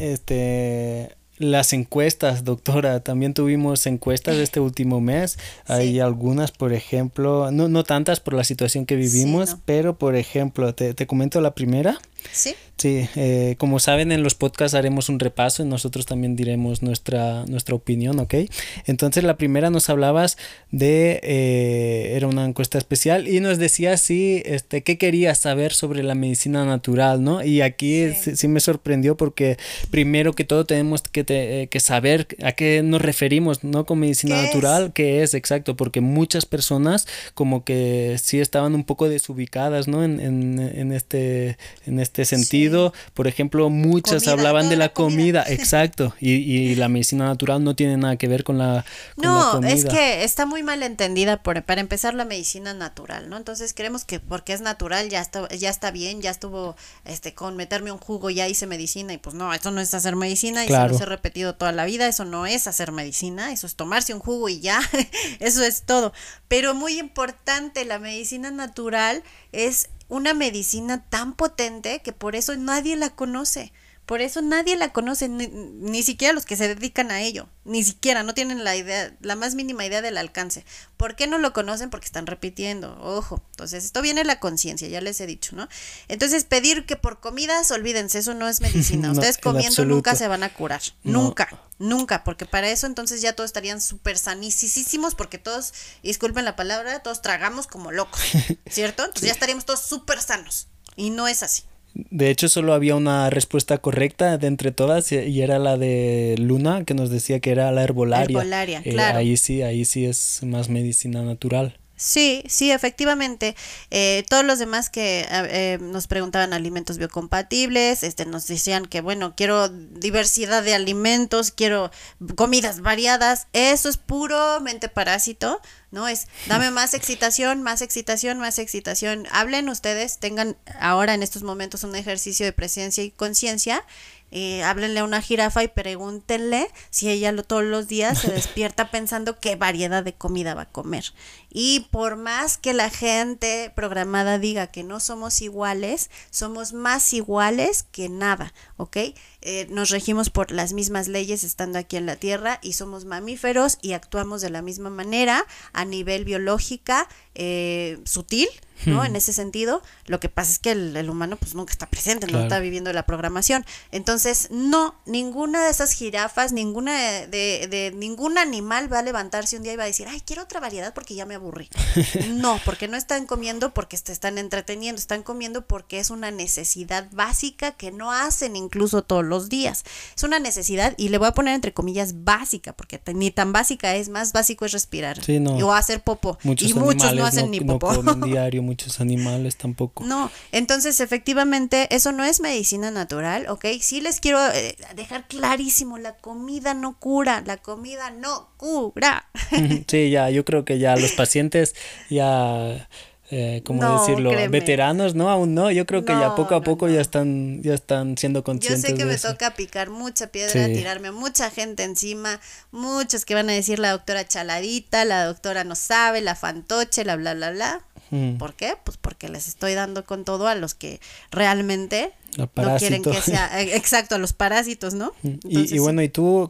las encuestas, doctora, también tuvimos encuestas este último mes. Hay algunas, por ejemplo, no tantas por la situación que vivimos, pero por ejemplo, te comento la primera. Sí. Sí, como saben, en los podcasts haremos un repaso y nosotros también diremos nuestra opinión, ¿ok? Entonces, la primera nos hablabas era una encuesta especial y nos decías qué querías saber sobre la medicina natural, ¿no? Y aquí sí me sorprendió porque primero que todo tenemos que saber a qué nos referimos, ¿no? Con medicina natural, ¿qué es? Exacto, porque muchas personas como que sí estaban un poco desubicadas, ¿no? En este sentido. Por ejemplo, muchas hablaban de la comida, exacto, y la medicina natural no tiene nada que ver con la comida. Es que está muy mal entendida para empezar la medicina natural, ¿no? Entonces creemos que porque es natural ya está bien, ya estuvo con meterme un jugo ya hice medicina, y pues no, eso no es hacer medicina, y se los he repetido toda la vida, eso no es hacer medicina, eso es tomarse un jugo y ya, eso es todo. Pero muy importante, la medicina natural es una medicina tan potente que por eso nadie la conoce. Por eso nadie la conoce, ni siquiera los que se dedican a ello, ni siquiera, no tienen la más mínima idea del alcance. ¿Por qué no lo conocen? Porque están repitiendo, ojo. Entonces, esto viene de la conciencia, ya les he dicho, ¿no? Entonces, pedir que por comidas, olvídense, eso no es medicina. Ustedes comiendo nunca se van a curar, nunca, porque para eso entonces ya todos estarían súper sanísimos, porque todos, disculpen la palabra, todos tragamos como locos, ¿cierto? Entonces ya estaríamos todos súper sanos, y no es así. De hecho, solo había una respuesta correcta de entre todas y era la de Luna, que nos decía que era la herbolaria. Herbolaria, claro. Ahí sí es más medicina natural. Sí, efectivamente. Todos los demás que nos preguntaban alimentos biocompatibles, nos decían que bueno, quiero diversidad de alimentos, quiero comidas variadas. Eso es puramente parásito, ¿no? Es dame más excitación, más excitación, más excitación. Hablen ustedes, tengan ahora en estos momentos un ejercicio de presencia y conciencia. Háblenle a una jirafa y pregúntenle si ella todos los días se despierta pensando qué variedad de comida va a comer. Y por más que la gente programada diga que no somos iguales, somos más iguales que nada, ¿ok? Nos regimos por las mismas leyes estando aquí en la Tierra y somos mamíferos y actuamos de la misma manera a nivel biológica, sutil, ¿no? En ese sentido, lo que pasa es que el humano pues nunca está presente, no está viviendo la programación. Entonces, no, ninguna de esas jirafas, ninguna de ningún animal va a levantarse un día y va a decir, ay, quiero otra variedad porque ya me aburrí. No, porque no están comiendo porque se están entreteniendo, están comiendo porque es una necesidad básica que no hacen incluso todos los días. Es una necesidad, y le voy a poner entre comillas básica, porque ni tan básica es, más básico es respirar o hacer popó. Muchos no hacen ni popó. No comen diario, muchos animales tampoco. No, entonces efectivamente eso no es medicina natural, ¿ok? Sí les quiero dejar clarísimo, la comida no cura. Sí, yo creo que ya los pacientes ya... decirlo, créeme. Veteranos, ¿no? Aún no, yo creo que ya poco a poco ya están siendo conscientes. Yo sé que de me eso. toca picar mucha piedra, tirarme a mucha gente encima, muchos que van a decir la doctora chaladita, la doctora no sabe, la fantoche, la bla bla bla. ¿Por qué? Pues porque les estoy dando con todo a los que realmente El no quieren parásito. que sea, exacto, a los parásitos, ¿no? Y bueno, Sí. ¿y tú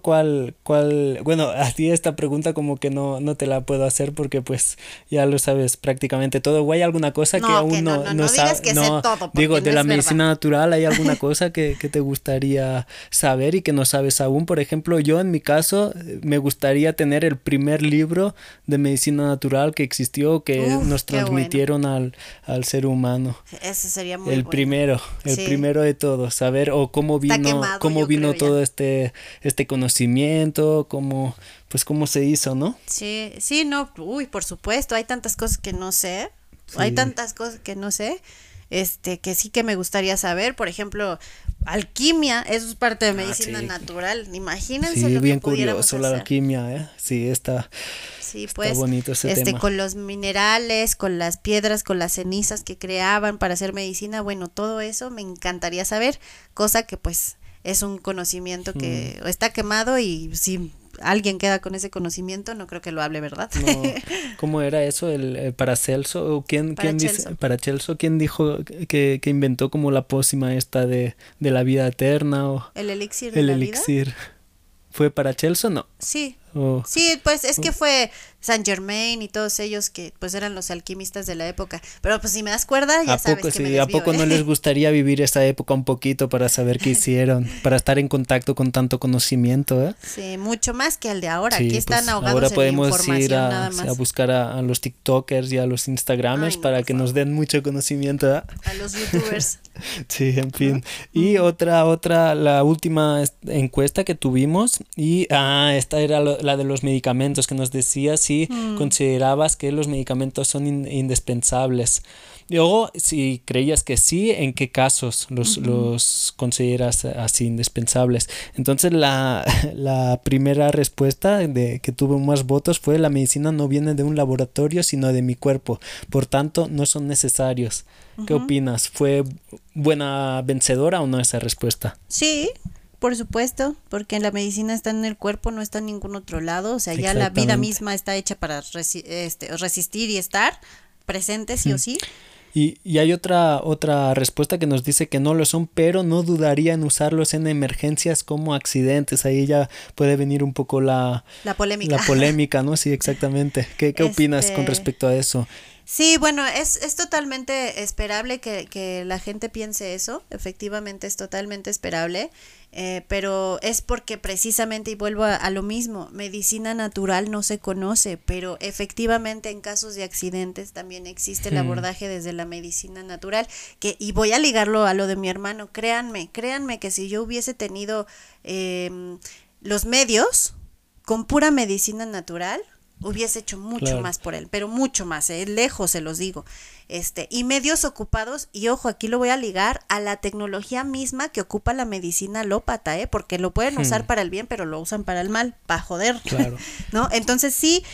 bueno, a ti esta pregunta como que no te la puedo hacer porque pues ya lo sabes prácticamente todo. ¿O hay alguna cosa que No, que aún no, no, no, no no digas sabes? que sé No, todo, digo, porque de no la es verdad. medicina natural, ¿hay alguna cosa que te gustaría saber y que no sabes aún? Por ejemplo, yo en mi caso me gustaría tener el primer libro de medicina natural que existió, que Uf, nos qué bueno. transmitieron al ser humano. Ese sería muy El bueno. primero, el Sí, primero de todos, saber o está quemado, cómo yo creo vino ya. todo este conocimiento, pues cómo se hizo, ¿no? Sí, sí, no, uy, por supuesto, hay tantas cosas que no sé, hay Sí, tantas cosas que no sé, que sí que me gustaría saber, por ejemplo, alquimia, eso es parte de medicina sí, natural, imagínense sí, lo que bien pudiéramos curioso la hacer. alquimia, ¿eh? Sí, Sí, está pues, bonito ese tema. con los minerales, con las piedras, con las cenizas que creaban para hacer medicina, bueno, todo eso me encantaría saber, cosa que pues es un conocimiento Mm, que está quemado y si alguien queda con ese conocimiento, no creo que lo hable, ¿verdad? no, ¿cómo era eso? El Paracelso, ¿o Para quién dice, Chelsea. Paracelso, quién dijo que inventó como la pócima esta de la vida eterna o ¿El elixir de el la vida? elixir? ¿Fue Paracelso? No. Sí. O, Sí, pues es que o- fue Saint Germain y todos ellos que pues eran los alquimistas de la época. Pero pues si me das cuerda, ya ¿A poco sabes que me sí? ¿A desvío, poco no les ¿eh? gustaría vivir esa época un poquito para saber qué hicieron? Para estar en contacto con tanto conocimiento, ¿eh? Sí, mucho más que el de ahora. Aquí Sí, están pues ahogados ahora en podemos ir información nada a más. buscar a los TikTokers y a los Ay, Instagramers no, para por que nos favor. den mucho conocimiento, ¿eh? A los youtubers, Sí, en ¿no? fin. Y la última encuesta que tuvimos, y esta era la de los medicamentos, que nos decía si Mm, considerabas que los medicamentos son indispensables. O si creías que sí, ¿en qué casos ujú. los consideras así indispensables? Entonces la primera respuesta que tuvo más votos fue: la medicina no viene de un laboratorio, sino de mi cuerpo. Por tanto, no son necesarios. ¿Qué Ujú. opinas? ¿Fue buena vencedora o no esa respuesta? Sí, por supuesto, porque la medicina está en el cuerpo, no está en ningún otro lado. O sea, ya la vida Exactamente. misma está hecha para resistir y estar presente sí o Mm. sí. Y hay otra respuesta que nos dice que no lo son, pero no dudaría en usarlos en emergencias como accidentes. Ahí ya puede venir un poco La polémica. la polémica, ¿no? Sí, exactamente. ¿Qué opinas con Este, respecto a eso? Sí, bueno, es totalmente esperable que la gente piense eso, efectivamente es totalmente esperable, pero es porque precisamente, y vuelvo a lo mismo, medicina natural no se conoce, pero efectivamente en casos de accidentes también existe el Hmm, abordaje desde la medicina natural, y voy a ligarlo a lo de mi hermano, créanme que si yo hubiese tenido los medios con pura medicina natural, hubiese hecho mucho claro, más por él, pero mucho más, lejos se los digo. Y medios ocupados, y ojo, aquí lo voy a ligar a la tecnología misma que ocupa la medicina alópata, porque lo pueden hmm, usar para el bien, pero lo usan para el mal, para joder, claro, ¿no? Entonces sí,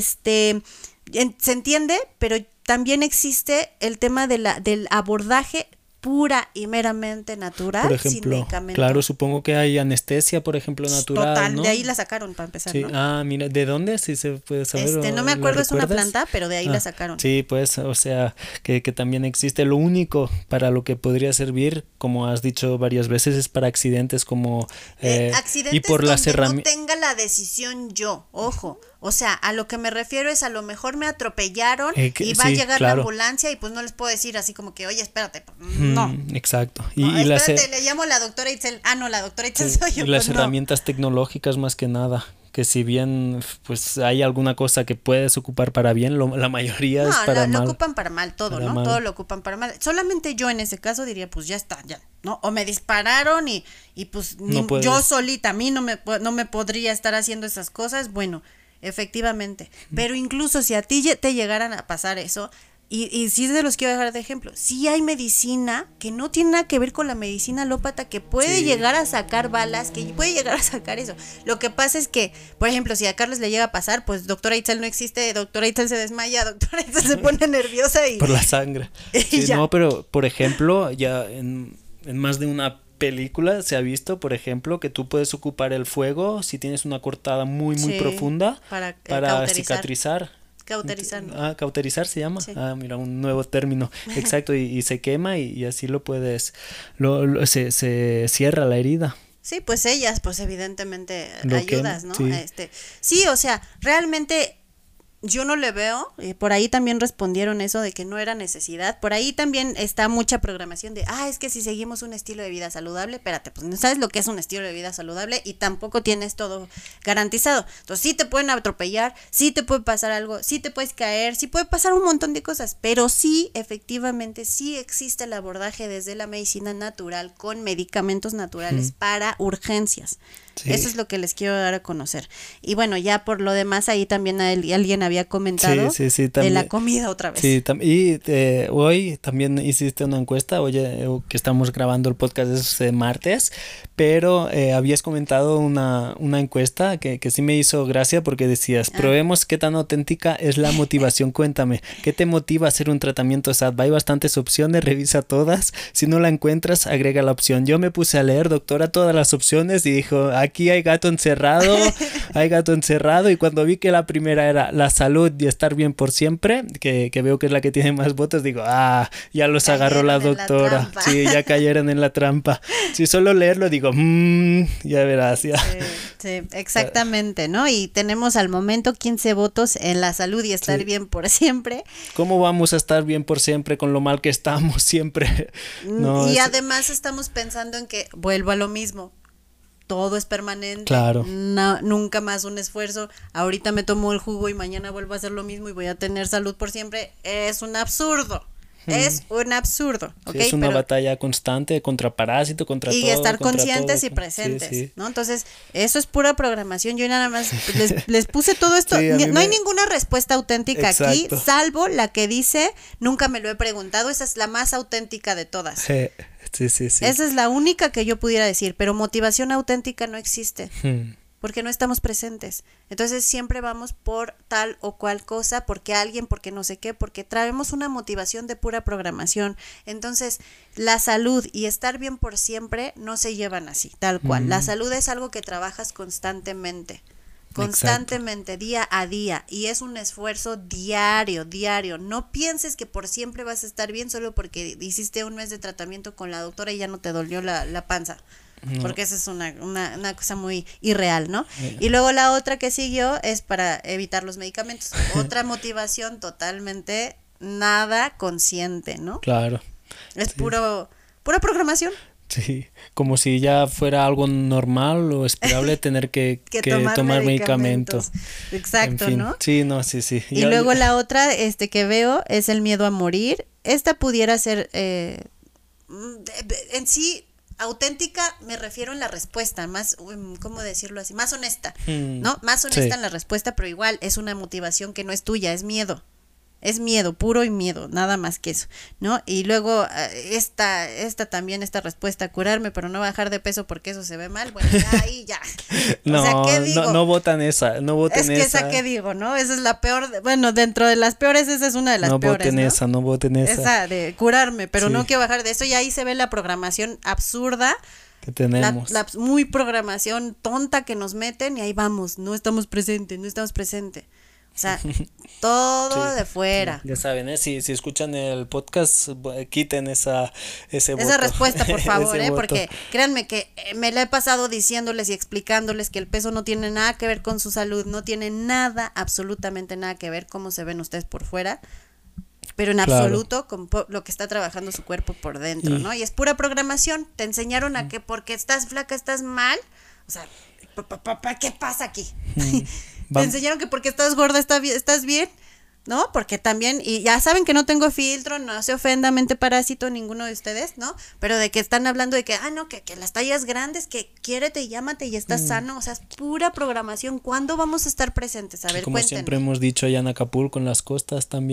se entiende, pero también existe el tema del abordaje pura y meramente natural, por sin ejemplo, medicamento. claro, supongo que hay anestesia, por ejemplo, natural, Total, de ¿no? ahí la sacaron para empezar, Sí, ¿no? mira, ¿de dónde? Si se puede saber No o me la acuerdo, es una recuerdas. planta, pero de ahí la Ah, sacaron. sí, pues, o sea, que también existe. Lo único para lo que podría servir, como has dicho varias veces, es para accidentes como y Accidentes por las donde no herramientas. tenga la decisión yo, ojo. O sea, a lo que me refiero es a lo mejor me atropellaron y va a Sí, llegar la claro. ambulancia y pues no les puedo decir así como que, oye, espérate, no. Exacto. No, Y las, espérate, le llamo a la doctora Itzel. Ah, no, la doctora Itzel sí, soy y yo, pues las no. herramientas tecnológicas más que nada. Que si bien pues hay alguna cosa que puedes ocupar para bien, la mayoría es No, para lo mal. ocupan para mal todo, Para ¿no? Todo mal. lo ocupan para mal. Solamente yo en ese caso diría, pues ya está, ya, ¿no? O me dispararon y pues No yo puedes. solita, a mí no me podría estar haciendo esas cosas, bueno, efectivamente. Pero incluso si a ti te llegaran a pasar eso, y sí se los quiero dejar de ejemplo, sí hay medicina que no tiene nada que ver con la medicina alópata, que puede Sí. llegar a sacar balas, que puede llegar a sacar eso. Lo que pasa es que, por ejemplo, si a Carlos le llega a pasar, pues doctora Itzel no existe, doctora Itzel se desmaya, doctora Itzel se pone nerviosa y, Por la sangre. y Sí, ya. no, pero por ejemplo, ya en más de una película se ha visto, por ejemplo, que tú puedes ocupar el fuego si tienes una cortada muy Sí, profunda para para cauterizar. cicatrizar. Cauterizar, ¿no? Ah, cauterizar se llama. Sí. Ah, mira, un nuevo término. Exacto, y se quema y así lo puedes, se cierra la herida. Sí, pues ellas, pues evidentemente Lo ayudas, quema, ¿no? sí. Sí, o sea, realmente yo no le veo, por ahí también respondieron eso de que no era necesidad, por ahí también está mucha programación de, es que si seguimos un estilo de vida saludable, espérate, pues no sabes lo que es un estilo de vida saludable y tampoco tienes todo garantizado. Entonces sí te pueden atropellar, sí te puede pasar algo, sí te puedes caer, sí puede pasar un montón de cosas, pero sí, efectivamente, sí existe el abordaje desde la medicina natural con medicamentos naturales para urgencias. Sí. Eso es lo que les quiero dar a conocer. Y bueno, ya por lo demás, ahí también alguien había comentado de la comida otra vez. Sí, y hoy también hiciste una encuesta, oye, que estamos grabando el podcast de martes, pero habías comentado una encuesta que sí me hizo gracia porque decías, probemos qué tan auténtica es la motivación, cuéntame, ¿qué te motiva a hacer un tratamiento SATV? Hay bastantes opciones, revisa todas, si no la encuentras, agrega la opción. Yo me puse a leer, doctora, todas las opciones y dijo, aquí hay gato encerrado, y cuando vi que la primera era la salud y estar bien por siempre, que veo que es la que tiene más votos, digo, ya los agarró la doctora, sí, ya cayeron en la trampa. Si solo leerlo digo, ya verás, ya. Sí, exactamente, ¿no? Y tenemos al momento 15 votos en la salud y estar bien por siempre. ¿Cómo vamos a estar bien por siempre con lo mal que estamos siempre? No, y además estamos pensando en que vuelvo a lo mismo. Todo es permanente, claro. Nunca más un esfuerzo, ahorita me tomo el jugo y mañana vuelvo a hacer lo mismo y voy a tener salud por siempre, es un absurdo, es un absurdo, ¿ok? Sí, es una batalla constante contra parásito, contra todo. Y estar conscientes y presentes, ¿no? Entonces, eso es pura programación, yo nada más les puse todo esto, no hay ninguna respuesta auténtica aquí, salvo la que dice, nunca me lo he preguntado, esa es la más auténtica de todas. Sí. Esa es la única que yo pudiera decir, pero motivación auténtica no existe, porque no estamos presentes. Entonces siempre vamos por tal o cual cosa, porque alguien, porque no sé qué, porque traemos una motivación de pura programación. Entonces la salud y estar bien por siempre no se llevan así, tal cual. La salud es algo que trabajas constantemente. Constantemente, exacto, día a día, y es un esfuerzo diario. No pienses que por siempre vas a estar bien solo porque hiciste un mes de tratamiento con la doctora y ya no te dolió la panza, porque esa es una cosa muy irreal, ¿no? Y luego la otra que siguió es para evitar los medicamentos, otra motivación totalmente nada consciente, ¿no? Claro. Es pura programación. Sí, como si ya fuera algo normal o esperable tener que tomar medicamentos. Exacto, en fin, ¿no? Sí, no, sí. Y luego la otra que veo es el miedo a morir. Esta pudiera ser en sí auténtica, me refiero en la respuesta, más, ¿cómo decirlo así? Más honesta, ¿no? Más honesta en la respuesta, pero igual es una motivación que no es tuya, es miedo. Es miedo, puro y miedo, nada más que eso, ¿no? Y luego esta respuesta, curarme pero no bajar de peso porque eso se ve mal, bueno, ya ahí ya. No, o sea, ¿qué digo? No votan esa, no voten esa. Es que esa que digo, ¿no? Esa es la peor, dentro de las peores, esa es una de las peores, ¿no? No voten esa. Esa de curarme, pero no quiero bajar de eso, y ahí se ve la programación absurda. Que tenemos. La muy programación tonta que nos meten y ahí vamos, no estamos presentes. O sea, todo de fuera. Ya saben, si escuchan el podcast, quiten esa respuesta, por favor, porque créanme que me la he pasado diciéndoles y explicándoles que el peso no tiene nada que ver con su salud, no tiene nada, absolutamente nada que ver cómo se ven ustedes por fuera, pero en absoluto con lo que está trabajando su cuerpo por dentro, ¿no? Y es pura programación. Te enseñaron a que porque estás flaca estás mal, o sea, ¿qué pasa aquí? Te enseñaron que porque estás gorda estás bien, ¿no? Porque también, y ya saben que no tengo filtro, no se ofenda mente parásito ninguno de ustedes, ¿no? Pero de que están hablando de que, no, que las tallas grandes, que quiérete y llámate y estás sano, o sea, es pura programación. ¿Cuándo vamos a estar presentes? A ver, como cuéntenos. Siempre hemos dicho allá en Acapulco, en las costas también.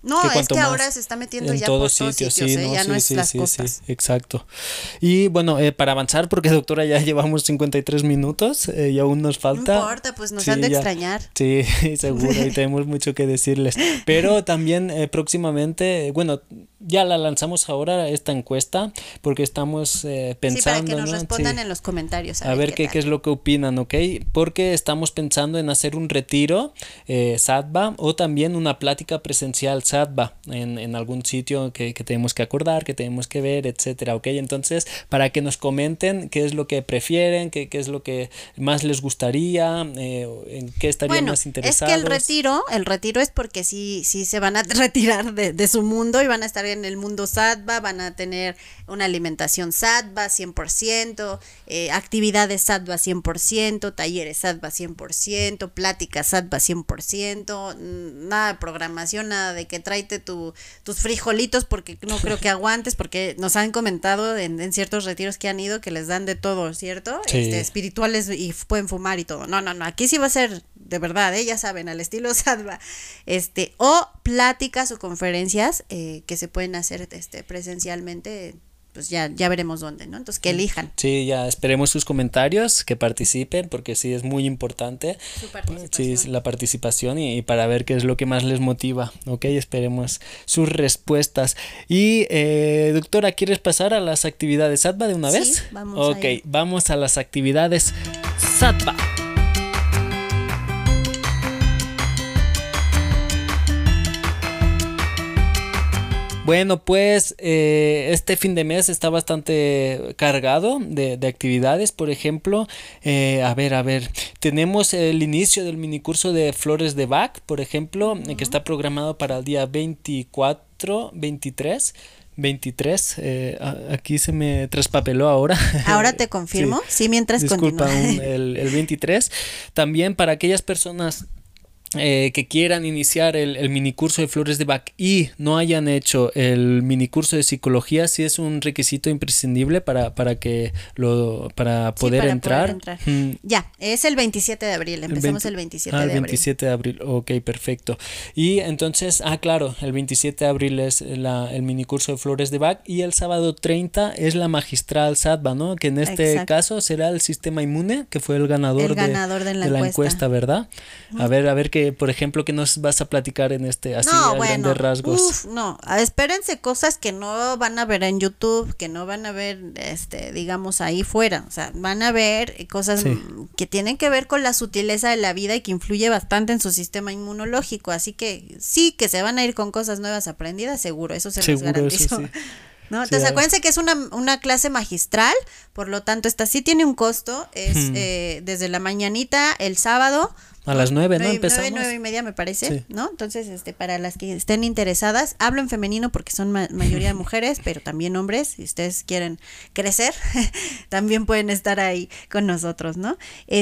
No, es cuanto que más ahora se está metiendo en ya por todos todos sitios, sitios, sí, no, ya no sí, es sí, las sí, costas. sí, exacto. Y bueno, para avanzar, porque doctora ya llevamos 53 minutos y aún nos No falta. importa, pues nos Sí, han de ya. extrañar. Sí, seguro, y tenemos mucho que decirles. Pero también próximamente, bueno, ya la lanzamos ahora esta encuesta, porque estamos Sí, para que pensando, nos ¿no? respondan Sí. en los comentarios A ver qué qué es tal. lo que opinan, ¿ok? Porque estamos pensando en hacer un retiro Sattva o también una plática presencial Sattva en algún sitio que tenemos que acordar, que tenemos que ver, etcétera, ¿ok? Entonces, para que nos comenten qué es lo que prefieren, qué es lo que más les gustaría, en qué estarían Bueno, más es que el interesados. retiro es porque sí se van a retirar de su mundo y van a estar en el mundo sattva, van a tener una alimentación sattva 100%, actividades sattva 100%, talleres sattva 100%, pláticas sattva 100%, nada de programación, nada de que tráete tus frijolitos porque no creo que aguantes, porque nos han comentado en ciertos retiros que han ido que les dan de todo, ¿cierto? Sí. Espirituales y pueden fumar y todo. No, aquí sí va a ser de verdad, ya saben, al estilo sattva, o pláticas o conferencias que se pueden hacer presencialmente, pues ya veremos dónde, ¿no? Entonces que elijan Sí, ya esperemos sus comentarios, que participen, porque sí es muy importante. su participación. Sí, la participación y para ver qué es lo que más les motiva, ¿ok? Esperemos sus respuestas. Y doctora, ¿quieres pasar a las actividades Sattva de una Sí, vez? vamos Ok, ahí. vamos a las actividades Sattva. Bueno, pues este fin de mes está bastante cargado de actividades. Por ejemplo, a ver, tenemos el inicio del minicurso de Flores de Bach, por ejemplo, que está programado para el día 24, 23. Aquí se me traspapeló ahora. Ahora te confirmo, sí, mientras Disculpa, continúa. el 23. También para aquellas personas que quieran iniciar el minicurso de Flores de Bach y no hayan hecho el minicurso de psicología, sí es un requisito imprescindible para poder entrar. Ya, es el 27 de abril, empezamos el 27 de abril. El 27 de abril, ok, perfecto. Y entonces, claro, el 27 de abril es el minicurso de Flores de Bach y el sábado 30 es la magistral Sattva, ¿no? Que en este caso será el sistema inmune, que fue el ganador de la encuesta, ¿verdad? A ver que, por ejemplo, que nos vas a platicar en así a grandes rasgos. Espérense cosas que no van a ver en YouTube, que no van a ver, digamos, ahí fuera. O sea, van a ver cosas que tienen que ver con la sutileza de la vida y que influye bastante en su sistema inmunológico. Así que sí, que se van a ir con cosas nuevas aprendidas, seguro, eso se los garantizo. Eso sí. ¿No? Entonces acuérdense que es una clase magistral, por lo tanto esta sí tiene un costo, es desde la mañanita el sábado. A las 9, ¿no? Empezamos. 9:30 me parece, ¿no? Entonces, para las que estén interesadas, hablo en femenino porque son mayoría de mujeres, pero también hombres, si ustedes quieren crecer, también pueden estar ahí con nosotros, ¿no?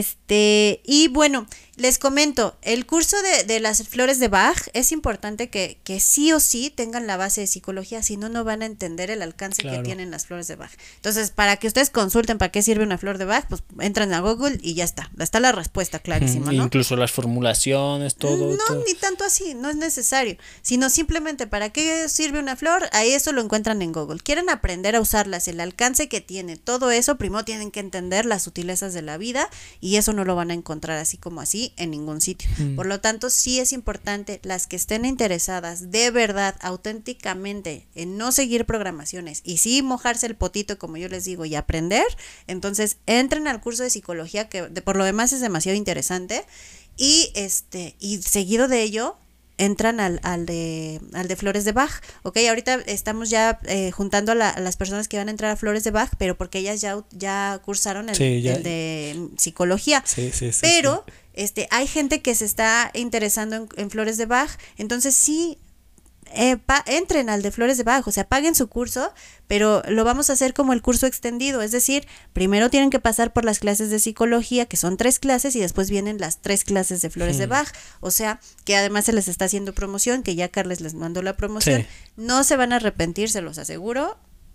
Y bueno, les comento, el curso de las Flores de Bach es importante que sí o sí tengan la base de psicología, si no, no van a entender el alcance que tienen las Flores de Bach. Entonces, para que ustedes consulten para qué sirve una flor de Bach, pues entran a Google y ya está la respuesta clarísima, ¿no? Incluso las formulaciones, todo. No, ni tanto así, no es necesario, sino simplemente para qué sirve una flor, ahí eso lo encuentran en Google. Quieren aprender a usarlas, el alcance que tiene, todo eso, primero tienen que entender las sutilezas de la vida y eso no lo van a encontrar así como así en ningún sitio. Por lo tanto, sí es importante, las que estén interesadas de verdad, auténticamente, en no seguir programaciones y sí mojarse el potito, como yo les digo, y aprender, entonces entren al curso de psicología, que por lo demás es demasiado interesante. Y seguido de ello entran al de Flores de Bach, ¿ok? Ahorita estamos ya juntando a las personas que van a entrar a Flores de Bach, pero porque ellas ya cursaron el de psicología, pero hay gente que se está interesando en Flores de Bach, entonces sí, entren al de Flores de Bach, o sea, paguen su curso, pero lo vamos a hacer como el curso extendido, es decir, primero tienen que pasar por las clases de psicología, que son 3 clases, y después vienen las 3 clases de Flores de Bach, o sea, que además se les está haciendo promoción, que ya Carles les mandó la promoción, no se van a arrepentir, se los aseguro.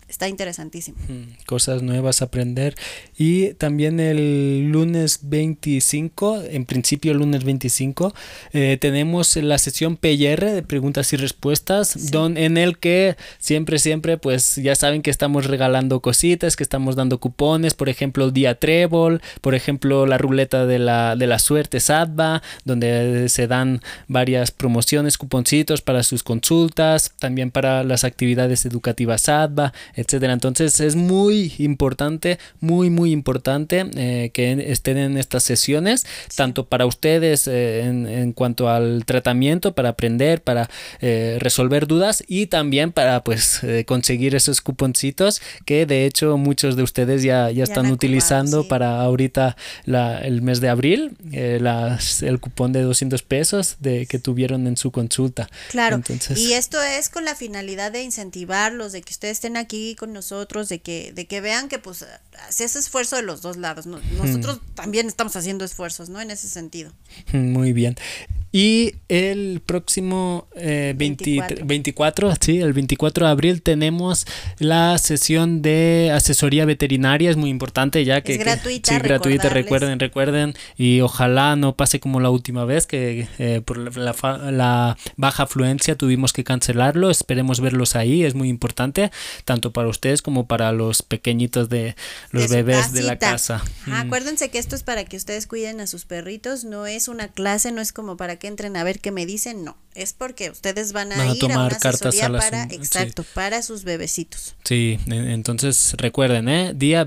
está interesantísimo. Cosas nuevas a aprender. Y también el lunes 25, en principio el lunes 25, tenemos la sesión PIR de preguntas y respuestas, sí, en el que siempre, pues ya saben que estamos regalando cositas, que estamos dando cupones, por ejemplo, el día trébol, por ejemplo, la ruleta de la suerte Sattva, donde se dan varias promociones, cuponcitos para sus consultas, también para las actividades educativas Sattva, etcétera. Entonces es muy importante, muy importante que estén en estas sesiones, sí, tanto para ustedes en cuanto al tratamiento, para aprender, para resolver dudas, y también para pues conseguir esos cuponcitos que de hecho muchos de ustedes ya están utilizando, sí, para ahorita el mes de abril, el cupón de 200 pesos que tuvieron en su consulta. Claro, entonces, y esto es con la finalidad de incentivarlos, de que ustedes estén aquí con nosotros, de que vean que pues se hace esfuerzo de los dos lados, ¿no? Nosotros también estamos haciendo esfuerzos, ¿no? En ese sentido. Muy bien. Y el próximo 24, sí, el 24 de abril tenemos la sesión de asesoría veterinaria. Es muy importante ya que... Es gratuita, sí, gratuita, recuerden, y ojalá no pase como la última vez que por la baja afluencia tuvimos que cancelarlo. Esperemos verlos ahí, es muy importante, tanto para ustedes como para los pequeñitos de los bebés de la casa. Acuérdense que esto es para que ustedes cuiden a sus perritos, no es una clase, no es como para que entren a ver qué me dicen, no, es porque ustedes van a ir tomar a una asesoría cartas exacto, sí, para sus bebecitos. Sí, entonces recuerden, día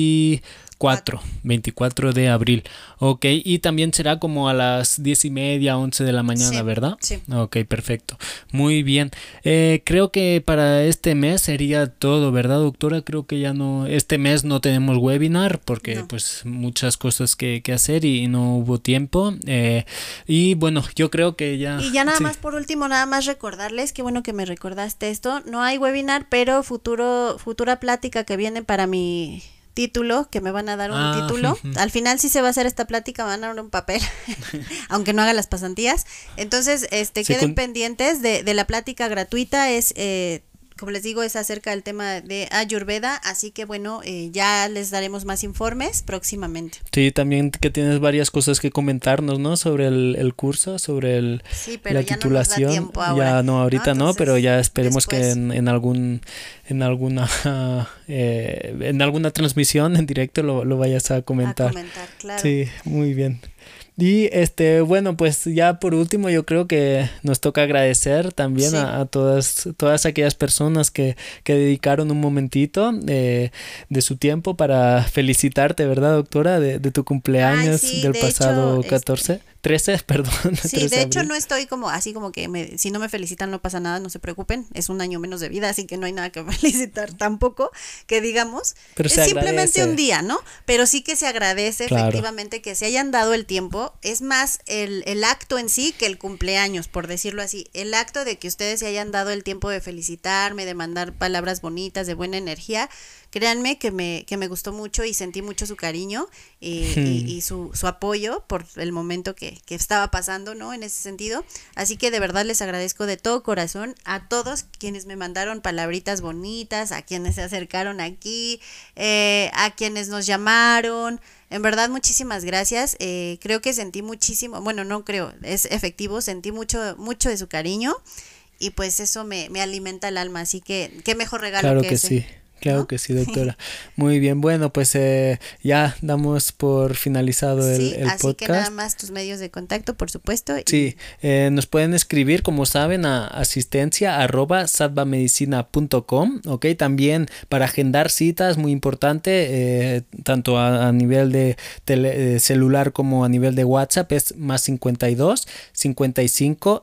24 de abril, ok, y también será como a las 10:30, 11 de la mañana, sí, ¿verdad? Sí. Ok, perfecto, muy bien. Creo que para este mes sería todo, ¿verdad, doctora? Creo que ya no, este mes no tenemos webinar porque no, pues muchas cosas que hacer y no hubo tiempo, y bueno, yo creo que ya... Y ya nada más por último, nada más recordarles, qué bueno que me recordaste esto, no hay webinar, pero futura plática que viene para mi título, que me van a dar un título. Al final sí se va a hacer esta plática, me van a dar un papel, aunque no haga las pasantías. Entonces, queden pendientes de la plática gratuita, es como les digo, es acerca del tema de Ayurveda, así que bueno, ya les daremos más informes próximamente. Sí, también que tienes varias cosas que comentarnos, ¿no? Sobre el curso, sobre sí, pero la ya titulación. No nos da tiempo ahora, ya no, ahorita no, pero ya esperemos después, que en alguna transmisión en directo lo vayas a comentar. Claro. Sí, muy bien. Y bueno, pues ya por último yo creo que nos toca agradecer también, sí, a todas aquellas personas que dedicaron un momentito de su tiempo para felicitarte, ¿verdad, doctora? De tu cumpleaños. Sí, del de pasado hecho, 13, perdón. Sí, 13 de hecho no estoy como así como que si no me felicitan no pasa nada, no se preocupen, es un año menos de vida, así que no hay nada que felicitar tampoco, que digamos, pero es simplemente un día, ¿no? Pero sí que se agradece, claro, efectivamente que se hayan dado el tiempo, es más el acto en sí que el cumpleaños, por decirlo así, el acto de que ustedes se hayan dado el tiempo de felicitarme, de mandar palabras bonitas, de buena energía. Créanme que me gustó mucho y sentí mucho su cariño y su apoyo por el momento que estaba pasando, ¿no? En ese sentido. Así que de verdad les agradezco de todo corazón a todos quienes me mandaron palabritas bonitas, a quienes se acercaron aquí, a quienes nos llamaron. En verdad, muchísimas gracias. Creo que sentí muchísimo, bueno, no creo, es efectivo, sentí mucho de su cariño y pues eso me alimenta el alma. Así que qué mejor regalo claro que ese. Sí. Claro, ¿no? Que sí, doctora. Muy bien, bueno, pues ya damos por finalizado el podcast. Así que nada más tus medios de contacto, por supuesto. Sí, nos pueden escribir, como saben, a asistencia@sattvamedicina.com, ok, también para agendar citas, muy importante, tanto a nivel de celular como a nivel de WhatsApp, es más 52 55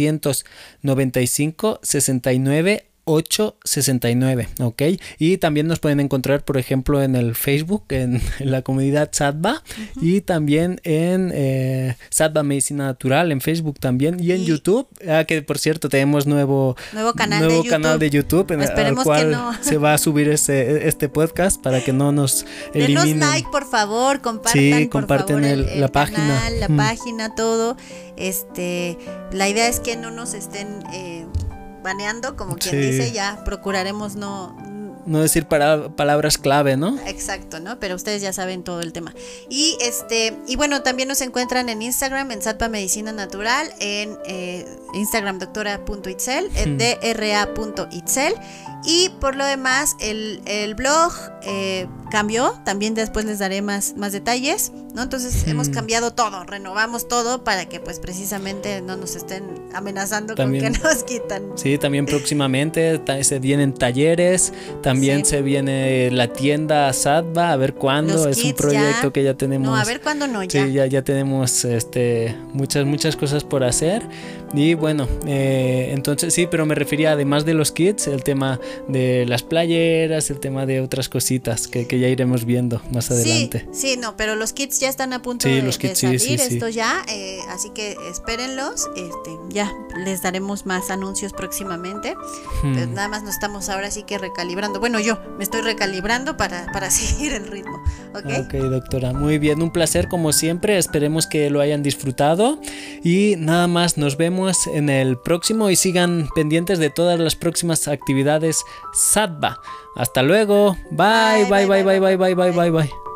795 69 869, ok, y también nos pueden encontrar, por ejemplo, en el Facebook, en la comunidad Sattva, y también en Sattva Medicina Natural, en Facebook también, y en YouTube, que por cierto tenemos nuevo canal de YouTube, esperemos al cual que no se va a subir este podcast para que no nos eliminen. Denos like, por favor, compartan, sí, comparten por favor, la página, canal, la página, todo. La idea es que no nos estén baneando, como quien dice, ya procuraremos no no decir palabras clave, ¿no? Exacto, ¿no? Pero ustedes ya saben todo el tema. Y bueno, también nos encuentran en Instagram, en Sadva Medicina Natural, en Instagram doctora.itzel, en dra.itzel. Y por lo demás, el blog cambió, también después les daré más detalles, ¿no? Entonces hemos cambiado todo, renovamos todo para que pues precisamente no nos estén amenazando también, con que nos quitan. Sí, también próximamente se vienen talleres, también se viene la tienda Sadva, a ver cuándo, es un proyecto que ya tenemos. No, a ver cuándo no, ya. Sí, ya tenemos muchas cosas por hacer. Y bueno, entonces sí, pero me refería además de los kits, el tema de las playeras, el tema de otras cositas que ya iremos viendo más adelante. Sí, no, pero los kits ya están a punto de salir, esto ya, así que espérenlos, ya les daremos más anuncios próximamente. Pero nada más nos estamos ahora sí que recalibrando. Bueno, yo me estoy recalibrando para seguir el ritmo. Ok, doctora, muy bien, un placer como siempre, esperemos que lo hayan disfrutado y nada más, nos vemos en el próximo y sigan pendientes de todas las próximas actividades Sadva. Hasta luego, bye.